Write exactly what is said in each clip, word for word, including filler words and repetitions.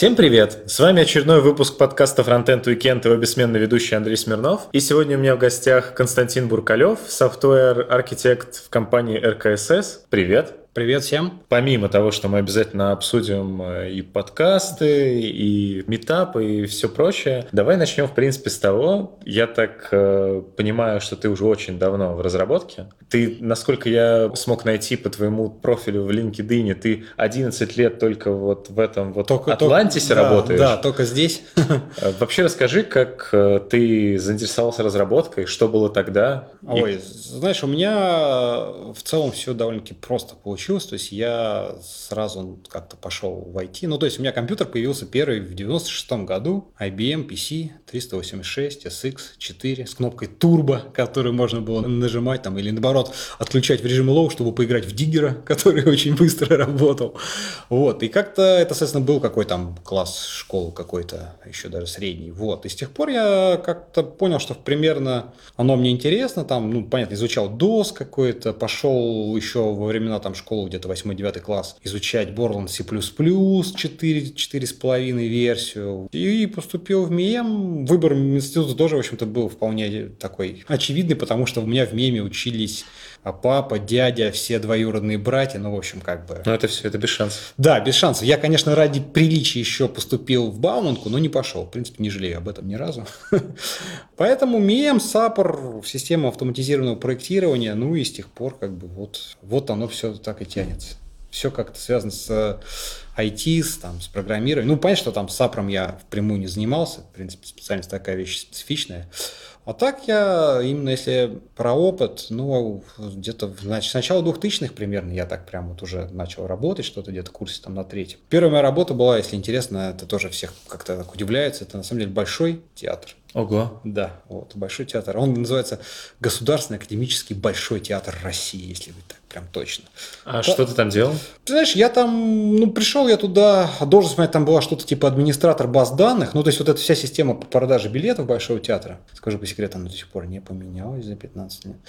Всем привет! С вами очередной выпуск подкаста Frontend Weekend, его бессменный ведущий Андрей Смирнов. И сегодня у меня в гостях Константин Буркалев, софтвер-архитект в компании эр ка эс эс. Привет! Привет всем! Помимо того, что мы обязательно обсудим и подкасты, и митапы, и все прочее, давай начнем, в принципе, с того, я так э, понимаю, что ты уже очень давно в разработке. Ты, насколько я смог найти по твоему профилю в LinkedIn, ты одиннадцать лет только вот в этом вот только, Атлантисе только, работаешь. Да, да, только здесь. Вообще расскажи, как ты заинтересовался разработкой, что было тогда? Ой, и... знаешь, у меня в целом все довольно-таки просто получилось. То есть я сразу как-то пошел в ай ти. Ну, то есть у меня компьютер появился первый в девяносто шестом году. ай би эм пи си триста восемьдесят шесть эс икс четыре с кнопкой турбо, которую можно было нажимать там, или наоборот отключать в режим low, чтобы поиграть в диггера, который очень быстро работал. Вот. И как-то это, соответственно, был какой там класс школы какой-то, еще даже средний. Вот. И с тех пор я как-то понял, что примерно оно мне интересно. Там, ну, понятно, изучал дос какой-то, пошел еще во времена там школы где-то восьмой-девятый класс, изучать Borland C++ четыре, четыре с половиной версию. И поступил в МИЭМ. Выбор института тоже, в общем-то, был вполне такой очевидный, потому что у меня в МИЭМе учились папа, дядя, все двоюродные братья, ну, в общем, как бы... Ну, это все, это без шансов. Да, без шансов. Я, конечно, ради приличия еще поступил в Бауманку, но не пошел. В принципе, не жалею об этом ни разу. Поэтому МИЭМ, САПР, система автоматизированного проектирования, ну, и с тех пор, как бы, вот, вот оно все так и тянется. Все как-то связано с ай ти, с, там, с программированием. Ну, понятно, что там с САПРом я впрямую не занимался. В принципе, специальность такая вещь специфичная. А так я, именно если про опыт, ну, где-то значит, с начала двухтысячных примерно я так прям вот уже начал работать, что-то где-то в курсе там на третьем. Первая моя работа была, если интересно, это тоже всех как-то так удивляется, это на самом деле Большой театр. Ого. Да, вот, Большой театр. Он называется Государственный академический Большой театр России, если быть так прям точно. А По... что ты там делал? Ты знаешь, я там, ну, пришел я туда, должность моя там была что-то типа администратор баз данных, ну, то есть вот эта вся система по продаже билетов Большого театра, скажу по секрету, она до сих пор не поменялась за пятнадцать лет.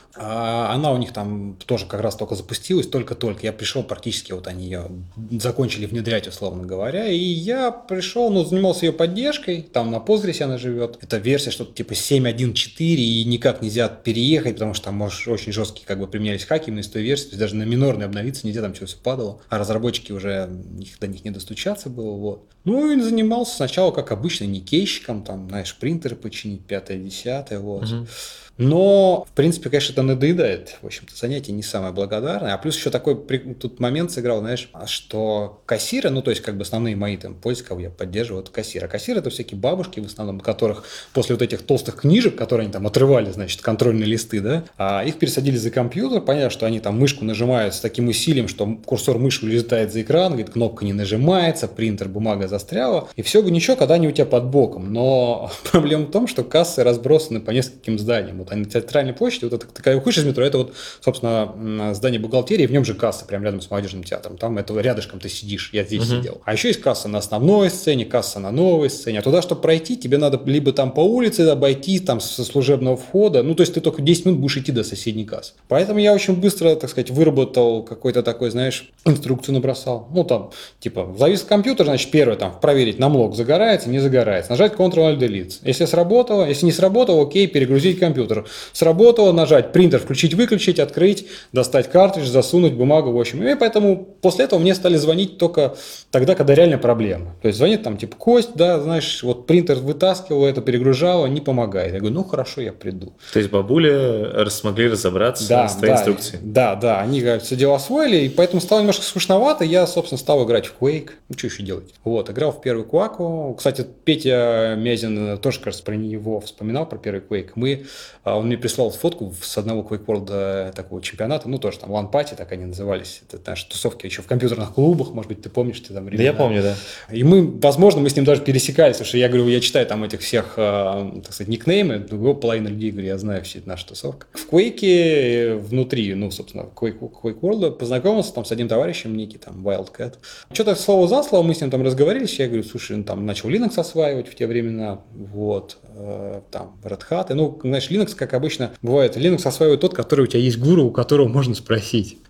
А она у них там тоже как раз только запустилась, только-только. Я пришел, практически вот они ее закончили внедрять, условно говоря, и я пришел, ну, занимался ее поддержкой, там на Postgres она живет. Это версия что-то типа семь точка один точка четыре, и никак нельзя переехать, потому что там, может, очень жесткие как бы применялись хаки именно из той версии, то есть даже на минорной обновиться нельзя, там все падало, а разработчики уже, их, до них не достучаться было, вот. Ну, и занимался сначала, как обычно, никейщиком, там, знаешь, принтеры починить, пятое-десятое, вот. Угу. Но, в принципе, конечно, это надоедает. В общем-то, занятие не самое благодарное. А плюс еще такой тут момент сыграл, знаешь, что кассиры, ну, то есть, как бы основные мои там пользователи, кого я поддерживаю, это кассиры. А кассиры – это всякие бабушки, в основном, которых после вот этих толстых книжек, которые они там отрывали, значит, контрольные листы, да, а их пересадили за компьютер, понятно, что они там мышку нажимают с таким усилием, что курсор мыши улетает за экран, говорит, кнопка не нажимается, принтер, бумага застряла, и все бы ничего, когда они у тебя под боком. Но проблема в том, что кассы разбросаны по нескольким зданиям. Они на театральной площади, вот это такая выходишь из метро, это вот, собственно, здание бухгалтерии, в нем же касса, прямо рядом с молодежным театром. Там это рядышком ты сидишь, я здесь uh-huh. сидел. А еще есть касса на основной сцене, касса на новой сцене. А туда, чтобы пройти, тебе надо либо там по улице обойти, там со служебного входа, ну, то есть ты только десять минут будешь идти до соседней кассы. Поэтому я очень быстро, так сказать, выработал какой-то такой, знаешь, инструкцию набросал. Ну, там, типа, завис компьютер, значит, первое, там, проверить, намлок загорается, не загорается. Нажать контрол-Alt-Delete. Если сработало, если не сработало, окей, перегрузить компьютер. Сработало, нажать принтер, включить, выключить, открыть, достать картридж, засунуть бумагу, в общем. И поэтому после этого мне стали звонить только тогда, когда реально проблема. То есть звонит там типа Кость, да, знаешь, вот принтер вытаскивал, это перегружало, не помогает. Я говорю, ну хорошо, я приду. То есть бабули смогли разобраться да, с твоей да, инструкцией. Да, да, они говорят, все дело освоили, и поэтому стало немножко скучновато. Я, собственно, стал играть в Quake. Ну, что еще делать? Вот, играл в первый Quake. Кстати, Петя Мязин тоже, кажется, про него вспоминал, про первый Quake. Мы, он мне прислал фотку с одного Quake World такого чемпионата, ну, тоже там лан-пати, так они назывались. Это наши тусовки еще в компьютерных клубах, может быть, ты помнишь, ты там времена. Да, я помню, да. И мы, возможно, мы с ним даже пересекались, потому что я говорю, я читаю там этих всех, так сказать, никнеймы, другого половина людей, говорю, я знаю все наши тусовки. В Quake внутри, ну, собственно, Quake, Quake World познакомился там с одним товарищем, некий там Wildcat. Что-то слово за слово мы с ним там разговорились, я говорю, слушай, он там начал Linux осваивать в те времена, вот, там, Red Hat, и, ну, знаешь, Linux, как обычно, бывает, Linux осваивает тот, который у тебя есть гуру, у которого можно спросить.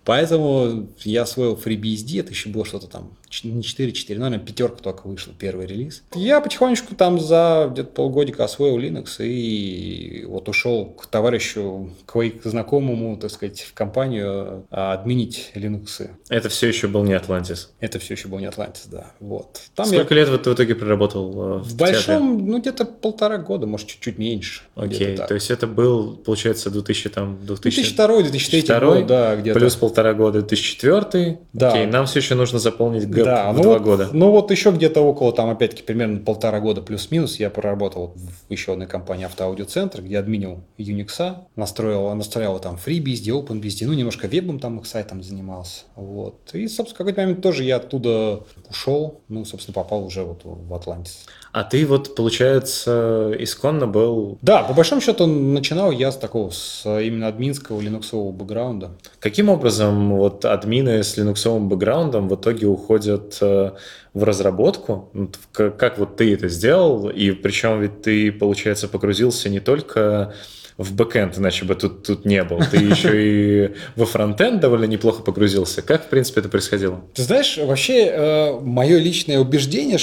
Поэтому я освоил FreeBSD, это еще было что-то там, не четыре четыре, наверное, пятерка только вышла, первый релиз. Я потихонечку там за где-то полгодика освоил Linux и вот ушел к товарищу, к знакомому, так сказать, в компанию админить Linux. Это все еще был не Atlantis? Это все еще был не Atlantis, да. Вот. Там Сколько я... лет вот ты в итоге проработал в, в в большом, театре? ну, где-то полтора года, может, чуть-чуть меньше. Окей, то есть это был, получается, две тысячи, там, две тысячи второй - две тысячи третий год, да, где-то. Плюс полтора года две тысячи четвёртый. Да. Окей, нам все еще нужно заполнить гэп да, в ну два вот, года. Ну вот еще где-то около, там, опять-таки, примерно полтора года плюс-минус я проработал в еще одной компании Автоаудиоцентр, где админил Unix, настроил, настроил там FreeBSD, OpenBSD, ну, немножко вебом там их сайтом занимался. Вот. И, собственно, в какой-то момент тоже я оттуда ушел, ну, собственно, попал уже вот в Atlantis. А ты вот, получается, исконно был... Да, по большому счету начинал я с такого, с именно админского линуксового бэкграунда. Каким образом вот админы с линуксовым бэкграундом в итоге уходят э, в разработку? Как, как вот ты это сделал? И причем ведь ты, получается, погрузился не только в бэкэнд, иначе бы тут, тут не был. Ты еще и во фронтенд довольно неплохо погрузился. Как, в принципе, это происходило? Ты знаешь, вообще э, мое личное убеждение,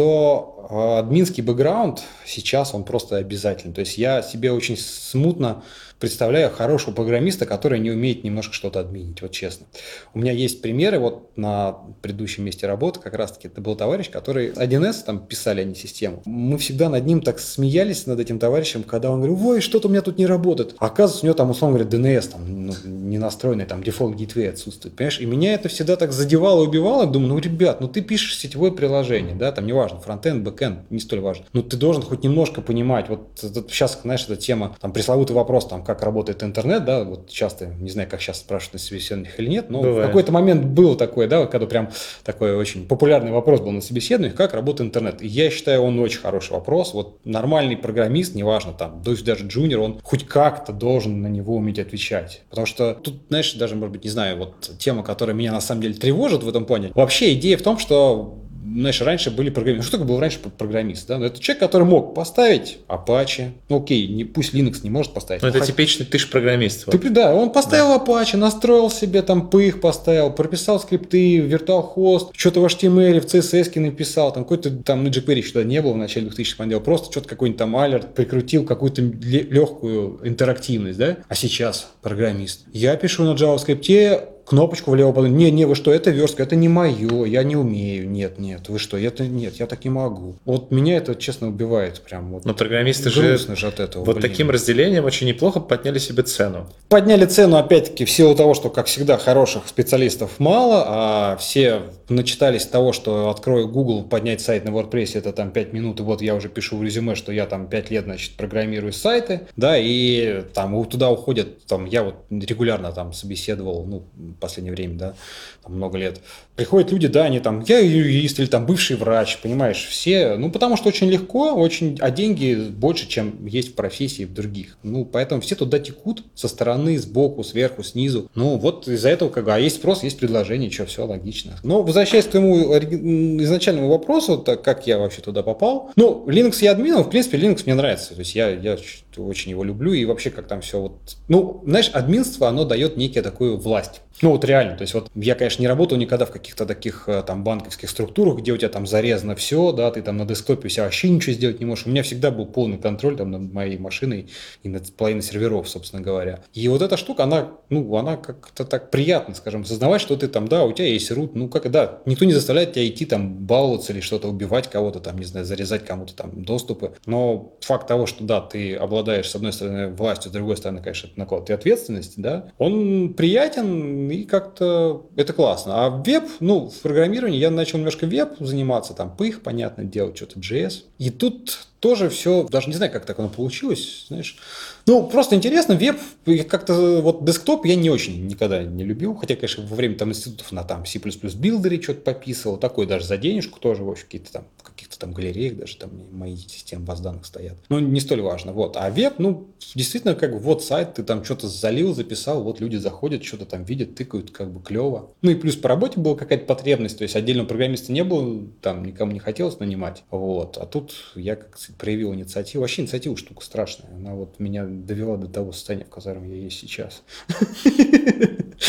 что э, админский бэкграунд сейчас он просто обязательный. То есть я себе очень смутно представляю хорошего программиста, который не умеет немножко что-то админить, вот честно. У меня есть примеры, вот на предыдущем месте работы как раз-таки это был товарищ, который один эс, там писали они систему. Мы всегда над ним так смеялись, над этим товарищем, когда он говорил, ой, что-то у меня тут не работает. А оказывается, у него там, условно говоря, ди эн эс там, ну, не настроенный, там дефолт гейтвей отсутствует, понимаешь? И меня это всегда так задевало и убивало. Думаю, ну, ребят, ну ты пишешь сетевое приложение, да, там неважно, фронтенд, бэкенд, не столь важно. Ну ты должен хоть немножко понимать, вот это, сейчас, знаешь, эта тема, там пресловутый вопрос, там, как работает интернет, да, вот часто, не знаю, как сейчас спрашивают на собеседованиях или нет, но Бывает. в какой-то момент был такой, да, когда прям такой очень популярный вопрос был на собеседованиях, как работает интернет. И я считаю, он очень хороший вопрос. Вот нормальный программист, неважно, там, то есть даже джуниор, он хоть как-то должен на него уметь отвечать. Потому что тут, знаешь, даже, может быть, не знаю, вот тема, которая меня на самом деле тревожит в этом плане. Вообще идея в том, что знаешь, раньше были программисты. Что такое был раньше программист? Да? Это человек, который мог поставить Apache. Ну окей, не, пусть Linux не может поставить. Ну это хоть... типичный, ты же программист. Ты, Вот. да, он поставил да. Apache, настроил себе там пых, поставил, прописал скрипты, VirtualHost, что-то в эйч ти эм эл, в си эс эс написал, там какой-то там, ну jQuery еще не было в начале двухтысячных, он делал, просто что-то какой-нибудь там алерт прикрутил, какую-то легкую интерактивность, да? А сейчас программист. Я пишу на JavaScript, кнопочку влево подать. Не, не, вы что, это верстка, это не мое, я не умею. Нет, нет, вы что, это нет, я так не могу. Вот меня это, честно, убивает прям. Вот. Но программисты грустно же же от этого. Вот блин. таким разделением очень неплохо подняли себе цену. Подняли цену, опять-таки, в силу того, что, как всегда, хороших специалистов мало, а все начитались того, что открою Google, поднять сайт на WordPress, это там пять минут, и вот я уже пишу в резюме, что я там пять лет, значит, программирую сайты, да, и там туда уходят, там, я вот регулярно там собеседовал, ну, в последнее время, да, там много лет. Приходят люди, да, они там, я юрист или там бывший врач, понимаешь, все, ну, потому что очень легко, очень, а деньги больше, чем есть в профессии в других. Ну, поэтому все туда текут со стороны, сбоку, сверху, снизу. Ну, вот из-за этого, как бы, а есть спрос, есть предложение, что, все логично. Но, возвращаясь к твоему изначальному вопросу, так как я вообще туда попал, ну, Linux я админом, в принципе, Linux мне нравится, то есть я, я очень его люблю, и вообще, как там все вот, ну, знаешь, админство, оно дает некие такую власть. Ну, вот реально, то есть вот я, конечно, не работал никогда в каких-то таких там банковских структурах, где у тебя там зарезано все, да, ты там на десктопе у себя вообще ничего сделать не можешь. У меня всегда был полный контроль там над моей машиной и над половиной серверов, собственно говоря. И вот эта штука, она, ну, она как-то так приятно, скажем, осознавать, что ты там, да, у тебя есть root, ну, как, да, никто не заставляет тебя идти там баловаться или что-то убивать кого-то там, не знаю, зарезать кому-то там доступы. Но факт того, что, да, ты обладаешь, с одной стороны, властью, с другой стороны, конечно, это накладывает и ответственность, да, он приятен и как-то это классно. А веб, ну, в программировании я начал немножко веб заниматься, там, пых, понятно, делать что-то джей эс. И тут тоже все, даже не знаю, как так оно получилось, знаешь. Ну, просто интересно, веб, как-то вот десктоп я не очень никогда не любил, хотя, конечно, во время там институтов на там C++ билдере что-то пописывал, такой даже за денежку тоже, в общем, какие-то там, в каких-то там галереях даже там мои системы баз данных стоят. Ну, не столь важно, вот. А веб, ну, действительно, как вот сайт, ты там что-то залил, записал, вот люди заходят, что-то там видят, тыкают, как бы клево. Ну, и плюс по работе была какая-то потребность, то есть отдельного программиста не было, там никому не хотелось нанимать, вот. А тут я, как сказать, проявил инициативу. Вообще инициатива штука страшная, она вот меня довела до того состояния, в котором я есть сейчас. То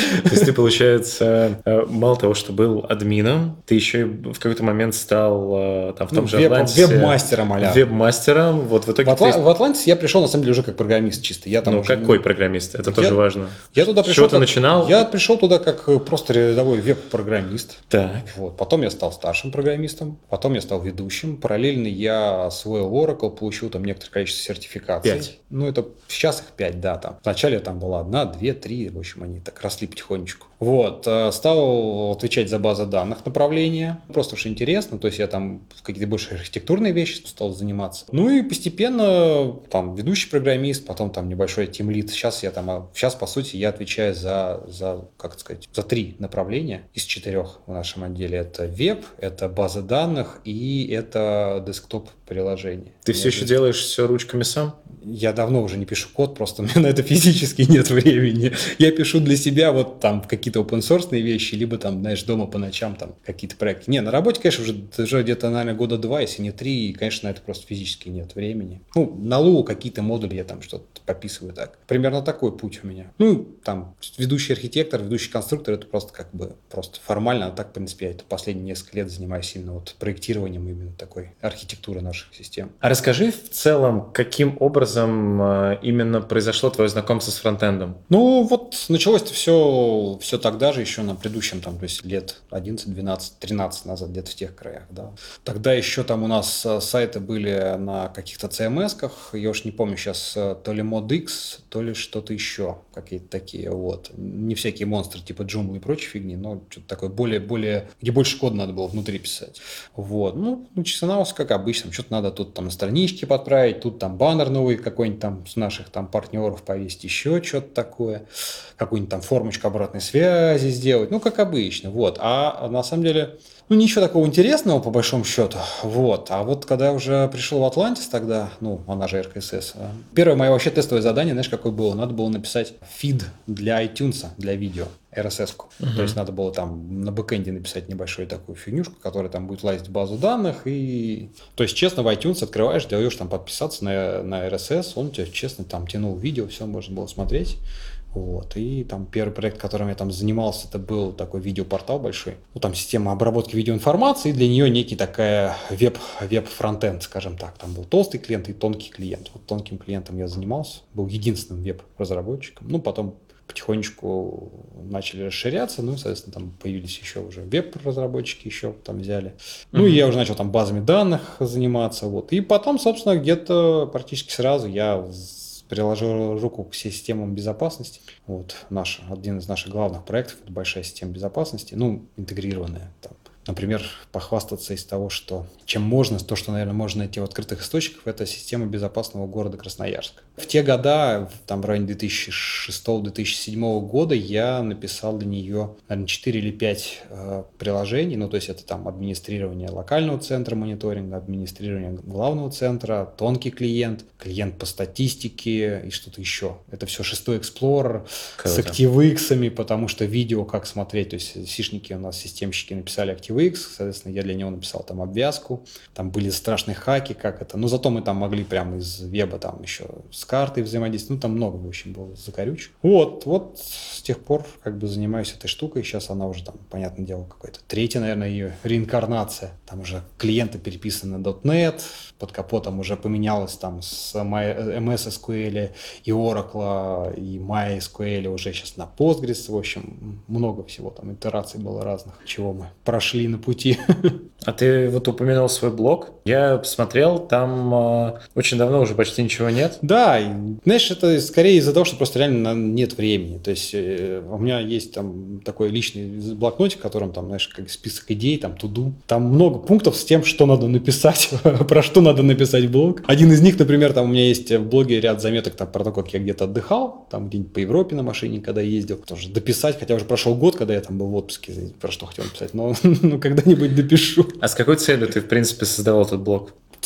есть ты, получается, э, мало того, что был админом, ты еще и в какой-то момент стал э, там в том Ну, же веб- Атлантисе веб-мастером а-ля. веб-мастером. Вот в В, итоге Атла- ты... в Атлантис я пришел, на самом деле, уже как программист чисто. Я там Ну, уже какой не- программист? Это Я- тоже важно. Я туда С пришел. чего ты как- начинал? Я пришел туда как э, просто рядовой веб-программист. Так. Вот. Потом я стал старшим программистом, потом я стал ведущим. Параллельно я освоил Oracle, получил там некоторое количество сертификаций. Пять. Ну, это сейчас их пять, да. Там. Вначале там была одна, две, три. В общем, они так росли потихонечку. Вот. э, Стал отвечать за базы данных направления. Просто уж интересно. То есть я там в какие-то больше архитектурные вещи стал заниматься. Ну и постепенно там ведущий программист, потом там небольшой тимлид. Сейчас я там, а, сейчас по сути я отвечаю за, за, как сказать, за три направления из четырех в нашем отделе. Это веб, это база данных и это десктоп приложение. Ты все еще делаешь все ручками сам? Я давно уже не пишу код, просто у меня на это физически нет времени. Я пишу для себя вот там какие-то open-source вещи, либо там, знаешь, дома по ночам там какие-то проекты. Не, на работе, конечно, уже, уже где-то, наверное, года два, если не три, и, конечно, на это просто физически нет времени. Ну, на Лу какие-то модули я там что-то пописываю так. Примерно такой путь у меня. Ну, там, ведущий архитектор, ведущий конструктор, это просто как бы просто формально, а так, в принципе, я это последние несколько лет занимаюсь именно вот проектированием именно такой архитектуры наших систем. А расскажи в целом, каким образом э, именно произошло твое знакомство с фронтендом? Ну, вот началось-то все, все тогда же, еще на предыдущем, там, то есть лет одиннадцать, двенадцать, тринадцать назад, где-то в тех краях, да. Тогда еще там у нас э, сайты были на каких-то си эм эс-ках, я уж не помню сейчас, э, то ли ModX, то ли что-то еще, какие-то такие, вот. Не всякие монстры типа Joomla и прочей фигни, но что-то такое более, более, где больше кода надо было внутри писать. Вот, ну, начиналось как обычно, что-то надо тут там на страничке подправить, тут там баннер новый какой-нибудь там с наших там партнеров повесить, еще что-то такое, какую-нибудь там формочку обратной связи сделать, ну, как обычно, вот. А на самом деле, ну, ничего такого интересного, по большому счету, вот. А вот когда я уже пришел в Атлантис тогда, ну, она же эр ка эс эс, первое мое вообще тестовое задание, знаешь, какое было? Надо было написать фид для iTunes, для видео. эр эс эс-ку. Uh-huh. То есть надо было там на бэкэнде написать небольшую такую фигнюшку, которая там будет лазить в базу данных. И... То есть, честно, в iTunes открываешь, даешь там подписаться на, на эр эс эс, он тебе, честно, там тянул видео, все можно было смотреть. Вот. И там первый проект, которым я там занимался, это был такой видеопортал большой. Ну, там система обработки видеоинформации, и для нее некий такая веб, веб-фронтенд, скажем так. Там был толстый клиент и тонкий клиент. Вот тонким клиентом я занимался, был единственным веб-разработчиком. Ну, потом потихонечку начали расширяться, ну, соответственно, там появились еще уже веб-разработчики, еще там взяли. Mm-hmm. Ну, и я уже начал там базами данных заниматься, вот. И потом, собственно, где-то практически сразу я приложил руку к системам безопасности. Вот наш, один из наших главных проектов – это большая система безопасности, ну, интегрированная там. Например, похвастаться из того, что чем можно, то, что, наверное, можно найти в открытых источниках, это система безопасного города Красноярск. В те года, там в районе две тысячи шестого - две тысячи седьмого года, я написал для нее, наверное, четыре или пять э, приложений. Ну, то есть это там администрирование локального центра мониторинга, администрирование главного центра, тонкий клиент, клиент по статистике и что-то еще. Это все шестой Explorer с ActiveX, потому что видео как смотреть. То есть сишники у нас, системщики, написали ActiveX, соответственно, я для него написал там обвязку, там были страшные хаки, как это, но зато мы там могли прямо из веба там еще с картой взаимодействовать, ну там много, в общем, было закорючек. Вот, вот с тех пор как бы занимаюсь этой штукой, сейчас она уже там, понятное дело, какая-то третья, наверное, ее реинкарнация, там уже клиенты переписаны на .дот нет, под капотом уже поменялось там с эм эс эс кью эл и Oracle и MySQL уже сейчас на Postgres, в общем, много всего там, итераций было разных, чего мы прошли на пути. А ты вот упомянул свой блог. Я посмотрел, там э, очень давно уже почти ничего нет. Да, и, знаешь, это скорее из-за того, что просто реально нет времени. То есть э, у меня есть там такой личный блокнотик, в котором там, знаешь, как список идей, там to-do. Там много пунктов с тем, что надо написать, про что надо написать блог. Один из них, например, там у меня есть в блоге ряд заметок там, про то, как я где-то отдыхал, там где-нибудь по Европе на машине, когда ездил. Тоже дописать, хотя уже прошел год, когда я там был в отпуске, про что хотел написать, но ну, когда-нибудь допишу. А с какой целью ты, в принципе, создавал этот блог? С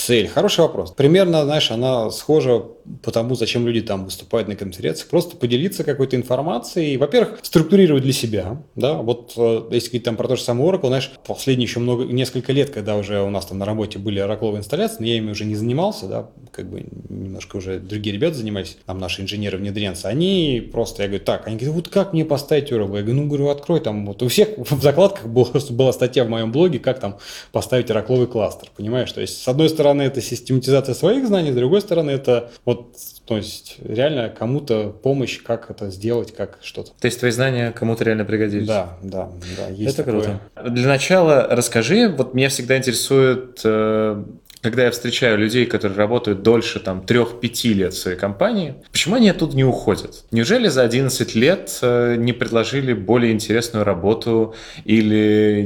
Цель. Хороший вопрос. Примерно, знаешь, она схожа по тому, зачем люди там выступают на конференциях. Просто поделиться какой-то информацией. Во-первых, структурировать для себя. Да? Вот э, если говорить там про то же самое Oracle, знаешь, последние еще много, несколько лет, когда уже у нас там на работе были оракловые инсталляции, но я ими уже не занимался, да, как бы немножко уже другие ребята занимались, там наши инженеры-внедренцы, они просто, я говорю, так, они говорят, вот как мне поставить Oracle? Я говорю, ну, говорю, открой там, вот у всех в закладках была, была статья в моем блоге, как там поставить оракловый кластер, понимаешь? То есть, с одной стороны, это систематизация своих знаний, с другой стороны, это вот, то есть, реально кому-то помощь, как это сделать, как что-то. То есть твои знания кому-то реально пригодились? Да, да, да. Есть это такое. круто. Для начала расскажи, вот меня всегда интересует, э, когда я встречаю людей, которые работают дольше там трех-пяти лет в своей компании, почему они оттуда не уходят? Неужели за одиннадцать лет э, не предложили более интересную работу или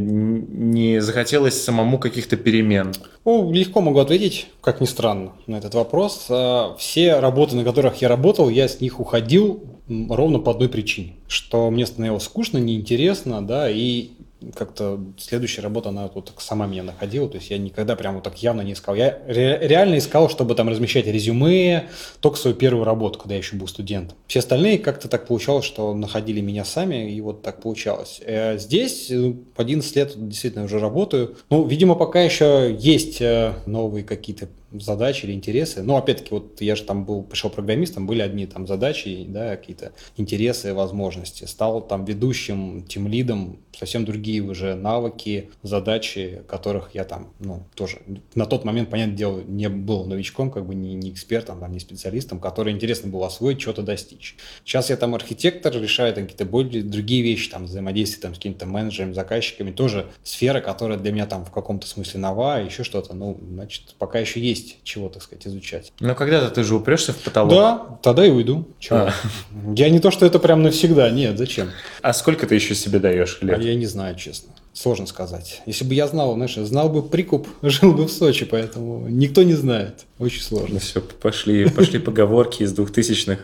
не захотелось самому каких-то перемен? Ну, легко могу ответить, как ни странно, на этот вопрос. Все работы, на которых я работал, я с них уходил ровно по одной причине, что мне становилось скучно, неинтересно, да, и как-то следующая работа, она вот сама меня находила, то есть я никогда прям вот так явно не искал. Я ре- реально искал, чтобы там размещать резюме, только свою первую работу, когда я еще был студентом. Все остальные как-то так получалось, что находили меня сами, и вот так получалось. Э, здесь одиннадцать лет действительно уже работаю. Ну, видимо, пока еще есть новые какие-то задачи или интересы. Но опять-таки, вот я же там был, пришел программистом, были одни там задачи, да, какие-то интересы, возможности. Стал там ведущим, тимлидом, совсем другие уже навыки, задачи, которых я там, ну, тоже на тот момент, понятное дело, не был новичком, как бы не, не экспертом, там, не специалистом, который интересно было освоить, что-то достичь. Сейчас я там архитектор, решаю там какие-то более другие вещи, там, взаимодействие там с какими-то менеджерами, заказчиками, тоже сфера, которая для меня там в каком-то смысле нова, еще что-то, ну, значит, пока еще есть чего, так сказать, изучать. Но когда-то ты же упрешься в потолок. Да, тогда и уйду. Чего? А. Я не то, что это прям навсегда, нет, зачем? А сколько ты еще себе даешь лет? А я не знаю, честно. Сложно сказать. Если бы я знал, знаешь, знал бы прикуп, жил бы в Сочи, поэтому никто не знает. Очень сложно. Ну все, пошли, пошли поговорки из двухтысячных.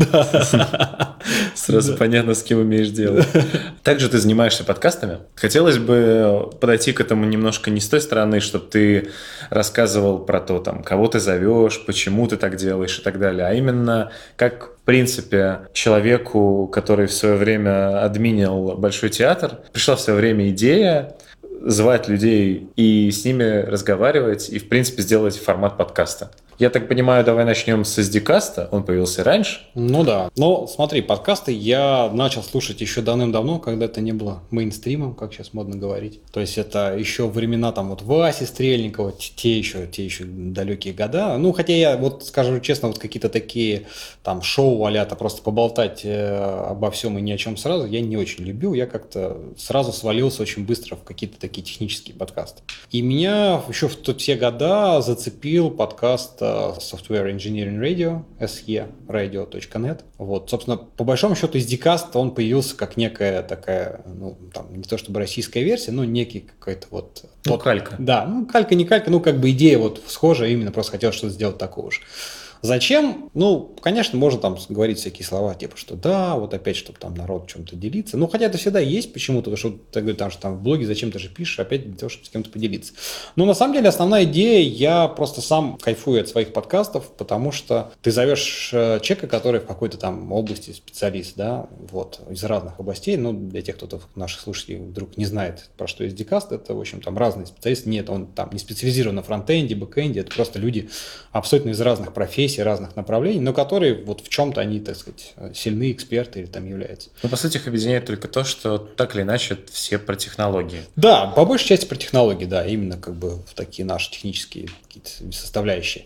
Да. Сразу понятно, с кем имеешь дело. Также ты занимаешься подкастами. Хотелось бы подойти к этому немножко не с той стороны, чтобы ты рассказывал про то, там, кого ты зовешь, почему ты так делаешь и так далее, а именно как, в принципе, человеку, который в свое время админил Большой театр, пришла в свое время идея звать людей и с ними разговаривать, и, в принципе, сделать формат подкаста. Я так понимаю, давай начнем с эс ди-каста. Он появился раньше. Ну да. Но смотри, подкасты я начал слушать еще давным-давно, когда это не было мейнстримом, как сейчас модно говорить. То есть это еще времена там вот Васи Стрельникова, те еще, те еще далекие года. Ну, хотя я вот, скажу честно, вот какие-то такие там шоу а-ля-то просто поболтать э, обо всем и ни о чем сразу я не очень любил. Я как-то сразу свалился очень быстро в какие-то такие технические подкасты. И меня еще в те года зацепил подкаст Software Engineering Radio, эс и radio точка нет. Вот, собственно, по большому счету, эс ди-каст, он появился как некая такая, ну, там, не то чтобы российская версия, но некий какой-то вот... Ну, вот, калька. Да, ну, калька, не калька, ну, как бы идея вот схожая, именно просто хотел что-то сделать такого же. Зачем? Ну, конечно, можно там говорить всякие слова, типа, что да, вот опять, чтобы там народ чем-то делиться. Ну, хотя это всегда есть почему-то, потому что ты говоришь, там, что там в блоге зачем ты же пишешь, опять для того, чтобы с кем-то поделиться. Но на самом деле основная идея, я просто сам кайфую от своих подкастов, потому что ты зовешь человека, который в какой-то там области специалист, да, вот, из разных областей. Ну, для тех, кто наших слушателей вдруг не знает, про что эс ди-каст, это, в общем, там разные специалисты. Нет, он там не специализирован на фронтенде, бэкенде, это просто люди абсолютно из разных профессий, разных направлений, но которые вот в чем-то они, так сказать, сильные эксперты или там являются. Ну, по сути, их объединяет только то, что так или иначе все про технологии. Да, по большей части про технологии, да, именно как бы в такие наши технические какие-то составляющие.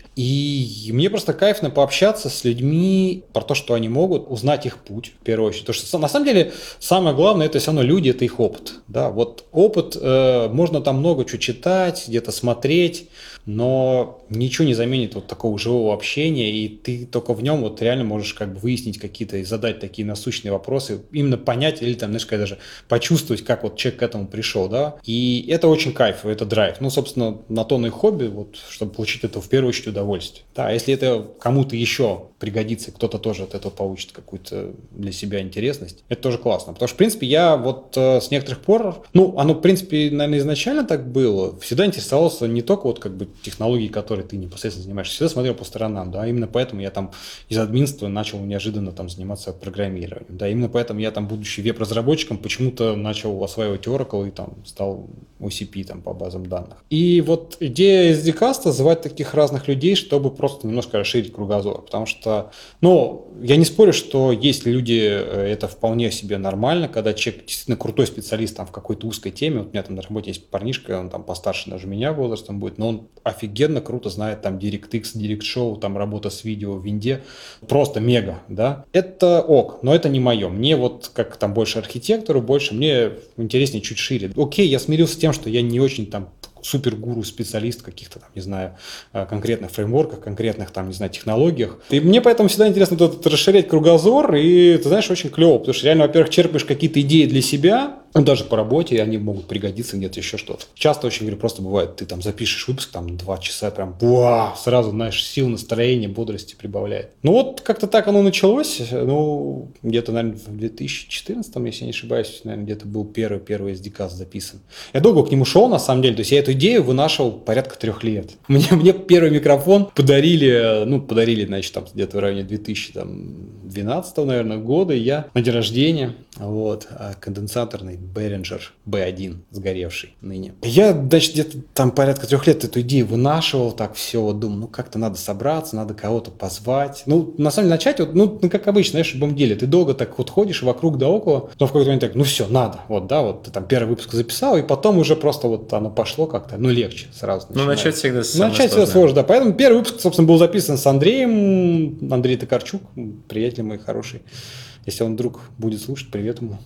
И мне просто кайфно пообщаться с людьми про то, что они могут, узнать их путь, в первую очередь. Потому что на самом деле самое главное, это все равно люди, это их опыт. Да, вот опыт, э, можно там много чего читать, где-то смотреть, но ничего не заменит вот такого живого общения, и ты только в нем вот реально можешь как бы выяснить какие-то и задать такие насущные вопросы, именно понять или там, знаешь, даже почувствовать, как вот человек к этому пришел, да, и это очень кайф, это драйв. Ну, собственно, на то и хобби, вот, чтобы получить это в первую очередь удовольствие. Да, если это кому-то еще пригодится, кто-то тоже от этого получит какую-то для себя интересность. Это тоже классно. Потому что, в принципе, я вот э, с некоторых пор, ну, оно, в принципе, наверное, изначально так было, всегда интересовался не только вот как бы технологией, которой ты непосредственно занимаешься, всегда смотрел по сторонам, да, именно поэтому я там из админства начал неожиданно там заниматься программированием, да, именно поэтому я там, будучи веб-разработчиком, почему-то начал осваивать Oracle и там стал о си пи там по базам данных. И вот идея эс ди каста звать таких разных людей, чтобы просто немножко расширить кругозор, потому что, ну, я не спорю, что есть люди, это вполне себе нормально, когда человек действительно крутой специалист там в какой-то узкой теме. Вот у меня там на работе есть парнишка, он там постарше даже меня возрастом будет, но он офигенно круто знает там DirectX, DirectShow, там работа с видео в винде, просто мега, да. Это ок, но это не мое. Мне вот как там больше архитектору, больше мне интереснее чуть шире. Окей, я смирился с тем, что я не очень там супер-гуру, специалист в каких-то там, не знаю, конкретных фреймворках, конкретных там, не знаю, технологиях. И мне поэтому всегда интересно тут расширять кругозор, и ты знаешь, очень клево, потому что реально, во-первых, черпаешь какие-то идеи для себя, ну, даже по работе, они могут пригодиться где-то еще что-то. Часто очень, говорю, просто бывает, ты там запишешь выпуск, там, два часа, прям, буа, сразу, знаешь, сил, настроения, бодрости прибавляет. Ну, вот как-то так оно началось, ну, где-то, наверное, в две тысячи четырнадцатом, если я не ошибаюсь, наверное, где-то был первый, первый эс ди каст записан. Я долго к нему шел, на самом деле, то есть я эту идею вынашивал порядка трех лет. Мне, мне первый микрофон подарили, ну, подарили, значит, там, где-то в районе две тысячи двенадцатого, наверное, года, и я на день рождения, вот, конденсаторный Behringer би один, сгоревший ныне. Я, значит, где-то там порядка трех лет эту идею вынашивал, так все, вот думаю, ну как-то надо собраться, надо кого-то позвать. Ну, на самом деле, начать, вот, ну, ну, как обычно, знаешь, в любом деле, ты долго так вот ходишь вокруг да около, но в какой-то момент так, ну все, надо, вот, да, вот ты там первый выпуск записал, и потом уже просто вот оно пошло как-то, ну, легче сразу начинать. Ну, начать всегда с Начать всегда сложно, да, поэтому первый выпуск, собственно, был записан с Андреем, Андрей Токарчук, приятель мой хороший. Если он вдруг будет слушать, привет ему.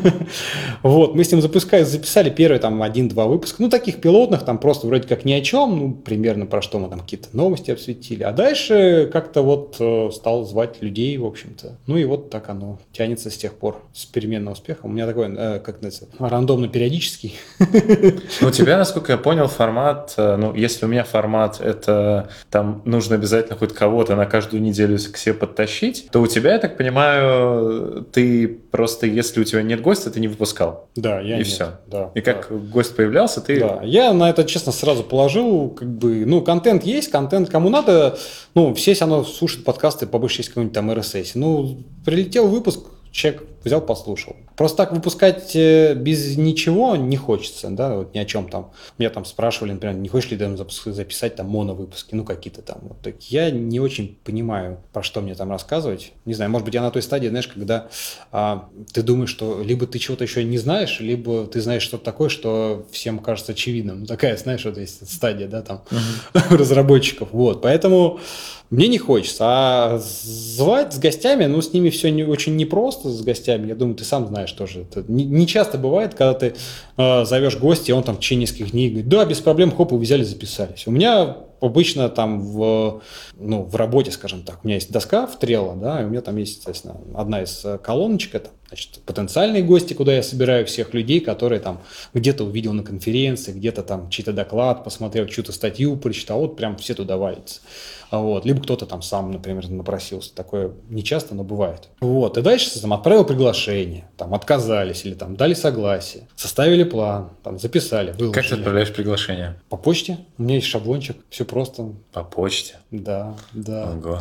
Вот, мы с ним запускали, записали первые там один-два выпуска, ну, таких пилотных, там просто вроде как ни о чем, ну, примерно про что мы там какие-то новости обсветили. А дальше как-то вот э, стал звать людей, в общем-то. Ну, и вот так оно тянется с тех пор, с переменным успехом. У меня такой, э, как называется, рандомно-периодический. Ну, у тебя, насколько я понял, формат, ну, если у меня формат, это там нужно обязательно хоть кого-то на каждую неделю к себе подтащить, то у тебя, я так понимаю, ты просто, если у тебя нет гостя, ты не выпускал. Да, я И нет, все. Да, и как да. гость появлялся, ты... Да, я на это, честно, сразу положил, как бы, ну, контент есть, контент кому надо, ну, все все равно слушают подкасты, по большей части какой-нибудь там эр эс эс. Ну, прилетел выпуск, человек взял, послушал. Просто так выпускать без ничего не хочется, да, вот ни о чем там. Меня там спрашивали, например, не хочешь ли там записать там моновыпуски, ну какие-то там. Вот так. Я не очень понимаю, про что мне там рассказывать. Не знаю, может быть, я на той стадии, знаешь, когда а, ты думаешь, что либо ты чего-то еще не знаешь, либо ты знаешь что-то такое, что всем кажется очевидным. Ну такая, знаешь, вот есть стадия, да, там, uh-huh. разработчиков. Вот, поэтому мне не хочется. А звать с гостями, ну, с ними все не, очень непросто, с гостями. Я думаю, ты сам знаешь тоже. Это не, не часто бывает, когда ты э, зовешь гостя, и он там в течение нескольких дней говорит, да, без проблем, хоп, вы взяли, записались. У меня обычно там в, ну, в работе, скажем так, у меня есть доска в Trello, да, и у меня там есть, естественно, одна из колоночек, это, значит, потенциальные гости, куда я собираю всех людей, которые там где-то увидел на конференции, где-то там чей-то доклад посмотрел, чью-то статью прочитал, вот прям все туда валятся. Вот. Либо кто-то там сам, например, напросился. Такое не часто, но бывает. Вот. И дальше там отправил приглашение, там отказались или там дали согласие, составили план, там записали, выложили. Как ты отправляешь приглашение? По почте. У меня есть шаблончик, все просто. По почте? Да, да. Ого.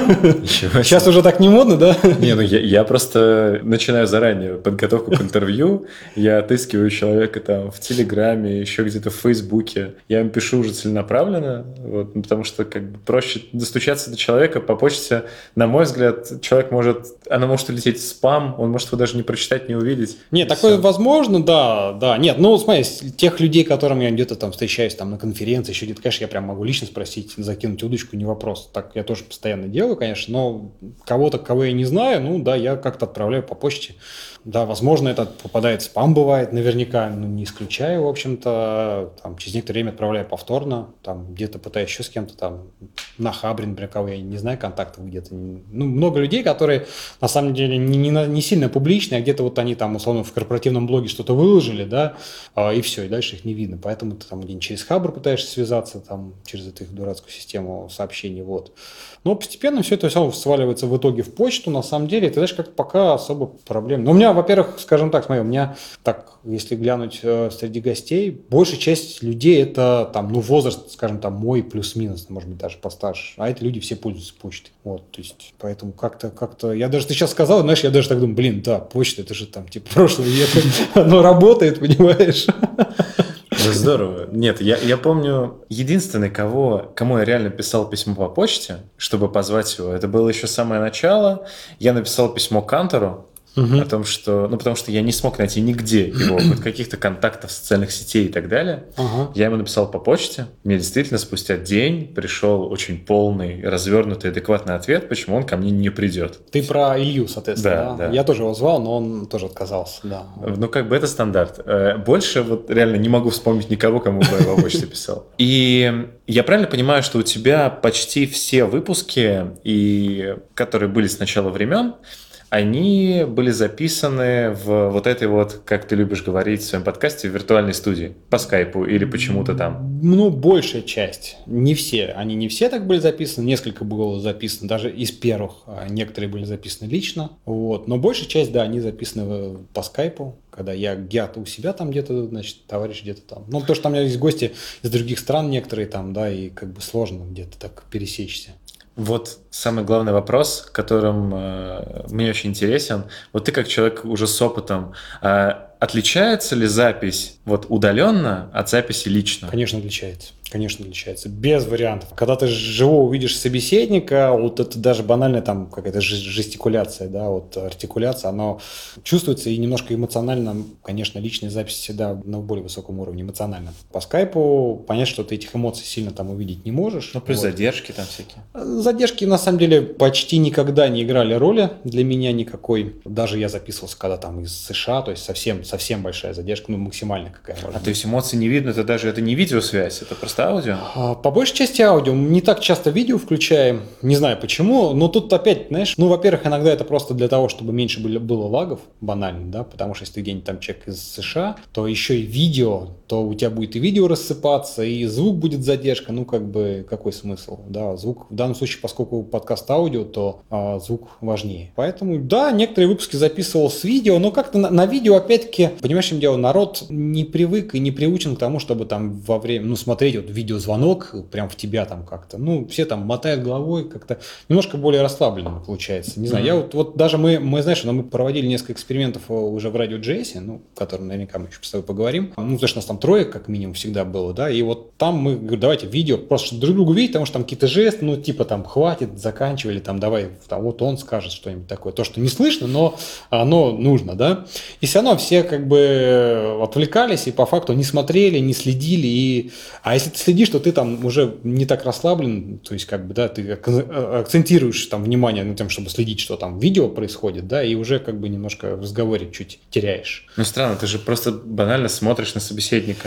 Сейчас уже так не модно, да? Не, ну я, я просто начинаю заранее подготовку к интервью, я отыскиваю человека там в Телеграме, еще где-то в Фейсбуке, я ему пишу уже целенаправленно, вот, ну, потому что как бы проще достучаться до человека по почте. На мой взгляд, человек может, она может улететь в спам, он может его даже не прочитать, не увидеть. Нет, такое все. Возможно, да, да. Нет, ну смотри, тех людей, которым я где-то там встречаюсь там на конференции, еще где-то, конечно, я прям могу лично спросить, закинуть удочку, не вопрос. Так я тоже постоянно делаю, конечно, но кого-то, кого я не знаю, ну да, я как-то отправляю по почте. Да, возможно, это попадает в спам, бывает, наверняка, ну, не исключаю, в общем-то, там, через некоторое время отправляю повторно, там, где-то пытаюсь еще с кем-то, там, на Хабре, например, кого я не знаю, контактов где-то. Ну, много людей, которые, на самом деле, не, не, не сильно публичные, а где-то вот они там, условно, в корпоративном блоге что-то выложили, да, и все, и дальше их не видно. Поэтому ты там где-нибудь через Хабр пытаешься связаться, там, через эту их дурацкую систему сообщений, вот. Но постепенно все это все сваливается в итоге в почту, на самом деле, ты знаешь, как пока особо проблем. Но у меня, во-первых, скажем так, смотри, у меня, так, если глянуть э, среди гостей, большая часть людей это там, ну, возраст, скажем, там, мой плюс-минус, может быть, даже постарше, а эти люди все пользуются почтой. Вот, то есть, поэтому как-то, как-то, я даже, ты сейчас сказал, знаешь, я даже так думаю, блин, да, почта, это же там, типа, прошлый век, оно работает, понимаешь? Да здорово. Нет, я, я помню, единственный, кого, кому я реально писал письмо по почте, чтобы позвать его, это было еще самое начало. Я написал письмо Кантору, угу. О том, что... Ну, потому что я не смог найти нигде его, хоть каких-то контактов, социальных сетей и так далее. Ага. Я ему написал по почте. Мне действительно спустя день пришел очень полный, развернутый, адекватный ответ, почему он ко мне не придет. Ты про Илью, соответственно, да? Да, да. Я тоже его звал, но он тоже отказался, да. Ну, как бы это стандарт. Больше вот реально не могу вспомнить никого, кому бы я по почте писал. И я правильно понимаю, что у тебя почти все выпуски, и которые были с начала времен, они были записаны в вот этой вот, как ты любишь говорить в своем подкасте, в виртуальной студии, по скайпу или почему-то там? Ну, большая часть. Не все. Они не все так были записаны, несколько было записано, даже из первых. Некоторые были записаны лично. Вот. Но большая часть, да, они записаны по скайпу, когда я где-то у себя там где-то, значит, товарищ где-то там. Ну, потому что там у меня есть гости из других стран некоторые там, да, и как бы сложно где-то так пересечься. Вот самый главный вопрос, которым э, мне очень интересен. Вот ты как человек уже с опытом, э, отличается ли запись вот удаленно от записи лично? Конечно, отличается. Конечно, отличается. Без вариантов. Когда ты живо увидишь собеседника, вот это даже банальная там какая-то жестикуляция, да, вот артикуляция, оно чувствуется и немножко эмоционально, конечно, личная запись всегда на более высоком уровне эмоционально. По скайпу понять, что ты этих эмоций сильно там увидеть не можешь. Ну, плюс вот. Задержки там всякие. Задержки, на самом деле, почти никогда не играли роли для меня никакой. Даже я записывался, когда там из США, то есть совсем, совсем большая задержка, ну, максимальная какая может А быть. то есть эмоции не видно, это даже это не видеосвязь, это просто аудио? По большей части аудио. Не так часто видео включаем. Не знаю почему. Но тут опять, знаешь, ну, во-первых, иногда это просто для того, чтобы меньше было лагов, банально, да, потому что если ты где-нибудь там человек из США, то еще и видео, то у тебя будет и видео рассыпаться, и звук будет задержка. Ну, как бы, какой смысл, да, звук. В данном случае, поскольку подкаст аудио, то а, звук важнее. Поэтому, да, некоторые выпуски записывал с видео, но как-то на, на видео, опять-таки, понимаешь, чем дело, народ не привык и не приучен к тому, чтобы там во время, ну, смотреть вот видеозвонок прям в тебя там как-то. Ну, все там мотают головой, как-то немножко более расслабленно получается. Не знаю, mm-hmm. я вот, вот даже мы, мы, знаешь, мы проводили несколько экспериментов уже в радио джей эс, ну, о котором наверняка мы еще с тобой поговорим. Ну, потому что у нас там трое, как минимум, всегда было, да, и вот там мы говорим, давайте видео, просто друг другу видеть, потому что там какие-то жесты, ну, типа там хватит, заканчивали, там давай, там, вот он скажет что-нибудь такое, то, что не слышно, но оно нужно, да. И все равно все как бы отвлекались и по факту не смотрели, не следили, и... а если ты следишь, что ты там уже не так расслаблен, то есть как бы, да, ты акцентируешь там внимание на том, чтобы следить, что там в видео происходит, да, и уже как бы немножко в разговоре чуть теряешь. Ну, странно, ты же просто банально смотришь на собеседника.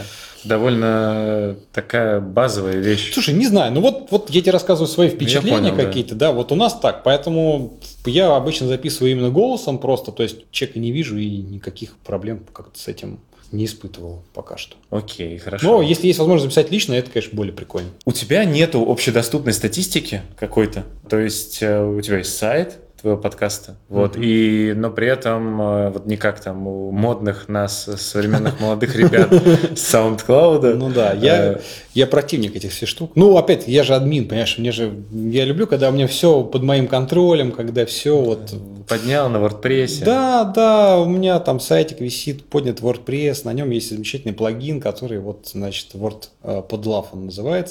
Довольно такая базовая вещь. Слушай, не знаю, ну вот, вот я тебе рассказываю свои впечатления понял, какие-то, да. да, вот у нас так, поэтому я обычно записываю именно голосом просто, то есть человека не вижу и никаких проблем как-то с этим не испытывал пока что. Окей, хорошо. Но если есть возможность записать лично, это, конечно, более прикольно. У тебя нету общедоступной статистики какой-то? То есть у тебя есть сайт твоего подкаста, вот, mm-hmm. и, но при этом вот не как там у модных нас, современных молодых ребят с SoundCloud. Ну да, я, я противник этих всех штук. Ну, опять, я же админ, понимаешь, мне же, я люблю, когда у меня все под моим контролем, когда все вот... Поднял на WordPress. Да, да, у меня там сайтик висит, поднят WordPress, на нем есть замечательный плагин, который вот, значит, Word под Love он называется,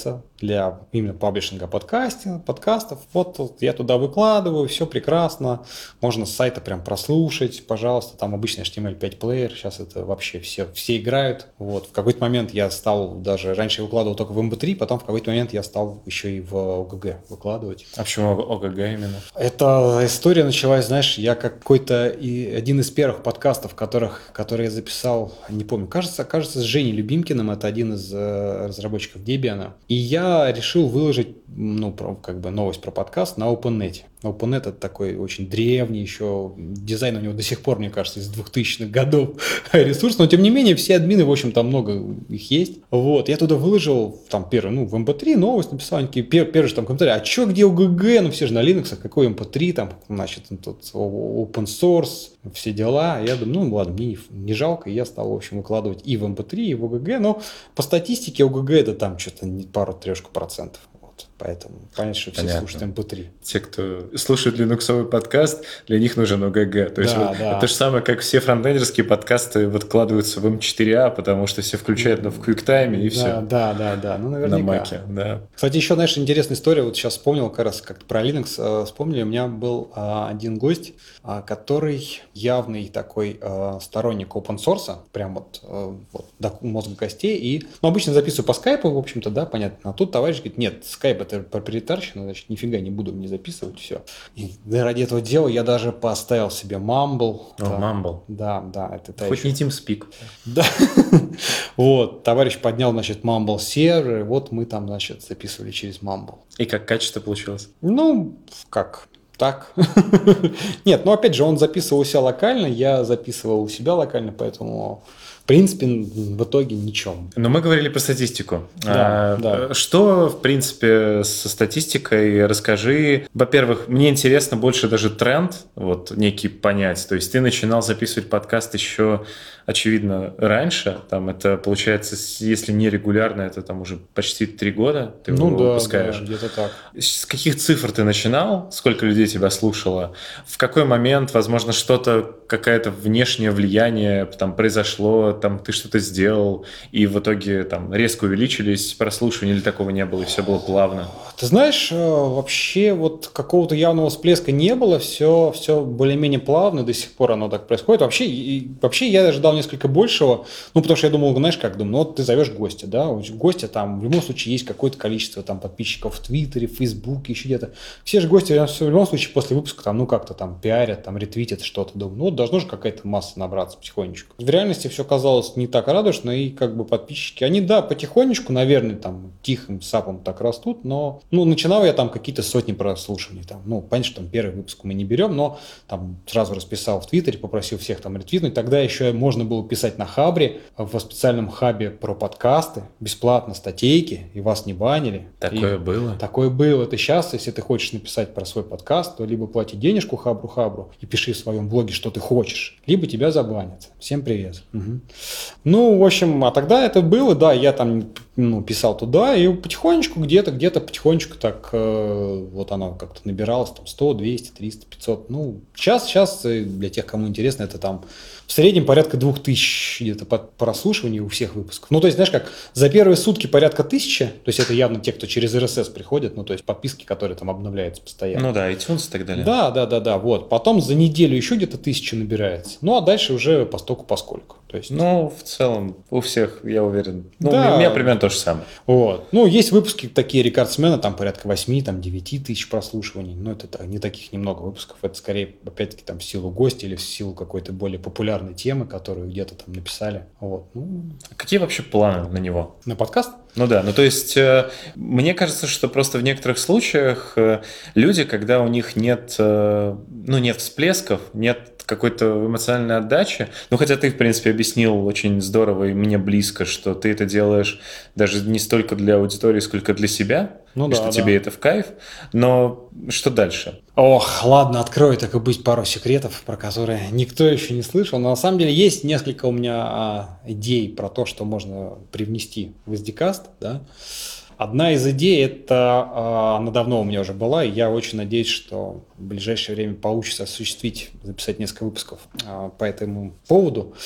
для именно паблишинга подкастинга, подкастов. Вот, вот я туда выкладываю, все прекрасно. Можно с сайта прям прослушать, пожалуйста. Там обычный эйч ти эм эль пять плеер. Сейчас это вообще все, все играют. Вот. В какой-то момент я стал даже... Раньше я выкладывал только в эм пэ три, потом в какой-то момент я стал еще и в о джи джи выкладывать. А почему о джи джи именно? Эта история началась, знаешь, я какой-то и один из первых подкастов, которых, которые я записал, не помню, кажется, кажется, с Женей Любимкиным, это один из э, разработчиков Debian. И я решил выложить, ну, про, как бы новость про подкаст на OpenNet. OpenNet — это такой очень древний еще, дизайн у него до сих пор, мне кажется, из двухтысячных годов ресурс, но тем не менее все админы, в общем, там много их есть. Вот, я туда выложил, там, первый, ну, в эм пэ три новость написал, они такие, пер, первый же там комментарий, а чё, где о джи джи? Ну, все же на Linux, какой эм пэ три, там, значит, тут open source, все дела. Я думаю, ну, ладно, мне не, не жалко, и я стал, в общем, выкладывать и в эм пэ три, и в о джи джи, но по статистике о джи джи это там что-то не пару-трешку процентов. Поэтому понятно, что все Понятно. слушают эм пэ три. Те, кто слушает линуксовый подкаст, для них нужен о джи джи. То есть Да, вот да. это же самое, как все фронтендерские подкасты выкладываются в эм четыре а, потому что все включают ну, в QuickTime и да, все. Да, да, да. Ну, На наверняка. Маке, да. Кстати, еще, знаешь, интересная история. Вот сейчас вспомнил как раз как про Linux. Э, вспомнили, у меня был э, один гость, э, который явный такой э, сторонник open source, прям вот, э, вот до мозга костей. И, ну, обычно записываю по скайпу, в общем-то, да, понятно. А тут товарищ говорит, нет, скайп это проприетарщина, значит, нифига не буду мне записывать, все. И да, ради этого дела я даже поставил себе Mumble. О, да. Mumble. Да, да, это та Хоть еще- не TeamSpeak. Да. Вот, товарищ поднял, значит, Mumble сервер, и вот мы там, значит, записывали через Mumble. И как качество получилось? Ну, как? Так. Нет, ну опять же, он записывал у себя локально, я записывал у себя локально, поэтому, в принципе, в итоге ничего. Но мы говорили про статистику. Да, А, да. Что, в принципе, со статистикой? Расскажи. Во-первых, мне интересно больше даже тренд, вот некий понять. То есть ты начинал записывать подкаст еще, очевидно, раньше. Там это, получается, если не регулярно, это там уже почти три года ты Ну его да, выпускаешь. да, где-то так. С каких цифр ты начинал? Сколько людей тебя слушало? В какой момент, возможно, что-то, какое-то внешнее влияние там произошло, там ты что-то сделал, и в итоге там резко увеличились прослушивания, или такого не было, и все было плавно? Ты знаешь, э, вообще вот какого-то явного всплеска не было, все, все более-менее плавно, до сих пор оно так происходит. Вообще, и, вообще я ожидал несколько большего, ну, потому что я думал, знаешь, как думаю, ну, вот ты зовешь гостя, да, у гостя там в любом случае есть какое-то количество там подписчиков в Твиттере, в Фейсбуке, еще где-то. Все же гости в любом случае после выпуска там, ну, как-то там пиарят, там ретвитят что-то, думаю, ну, вот должно же какая-то масса набраться потихонечку. В реальности все казалось не так радужно, и как бы подписчики, они, да, потихонечку, наверное, там, тихим сапом так растут, но, ну, начинал я там какие-то сотни прослушиваний, там, ну, понятно, что там первый выпуск мы не берем, но там сразу расписал в Твиттере, попросил всех там ретвитнуть, тогда еще можно было писать на Хабре, в специальном хабе про подкасты, бесплатно статейки, и вас не банили. Такое И было? Такое было. Это сейчас, если ты хочешь написать про свой подкаст, то либо плати денежку Хабру-Хабру и пиши в своем блоге, что ты хочешь, либо тебя забанят. Всем привет. Угу. Ну, в общем, а тогда это было, да, я там ну, писал туда, и потихонечку где-то, где-то потихонечку так э, вот оно как-то набиралось, там сто, двести, триста, пятьсот. Ну, сейчас, сейчас для тех, кому интересно, это там в среднем порядка двух тысяч где-то прослушиваний у всех выпусков. Ну, то есть, знаешь, как за первые сутки порядка тысячи, то есть это явно те, кто через эр эс эс приходят, ну, то есть подписки, которые там обновляются постоянно. Ну да, iTunes и так далее. Да, да, да, да, вот. Потом за неделю еще где-то тысяча набирается. Ну, а дальше уже постольку поскольку. То есть... Ну, в целом, у всех, я уверен. Ну, Да. у меня примерно то же самое. Вот. Ну, есть выпуски такие рекордсмена, там порядка восьми, там девяти тысяч прослушиваний. Но это так, не таких немного выпусков. Это скорее, опять-таки, там в силу гостя или в силу какой-то более популярной темы, которую где-то там написали. Вот. Ну, Какие вообще планы на него? на подкаст? Ну да, ну то есть э, мне кажется, что просто в некоторых случаях э, люди, когда у них нет, э, ну, нет всплесков, нет какой-то эмоциональной отдачи, ну хотя ты, в принципе, объяснил очень здорово и мне близко, что ты это делаешь даже не столько для аудитории, сколько для себя, Ну и да, что да. тебе это в кайф, но что дальше? Ох, ладно, открою, так и быть, пару секретов, про которые никто еще не слышал. Но на самом деле есть несколько у меня а, идей про то, что можно привнести в эс ди каст, да. Одна из идей, это э, она давно у меня уже была, и я очень надеюсь, что в ближайшее время получится осуществить, записать несколько выпусков э, по этому поводу.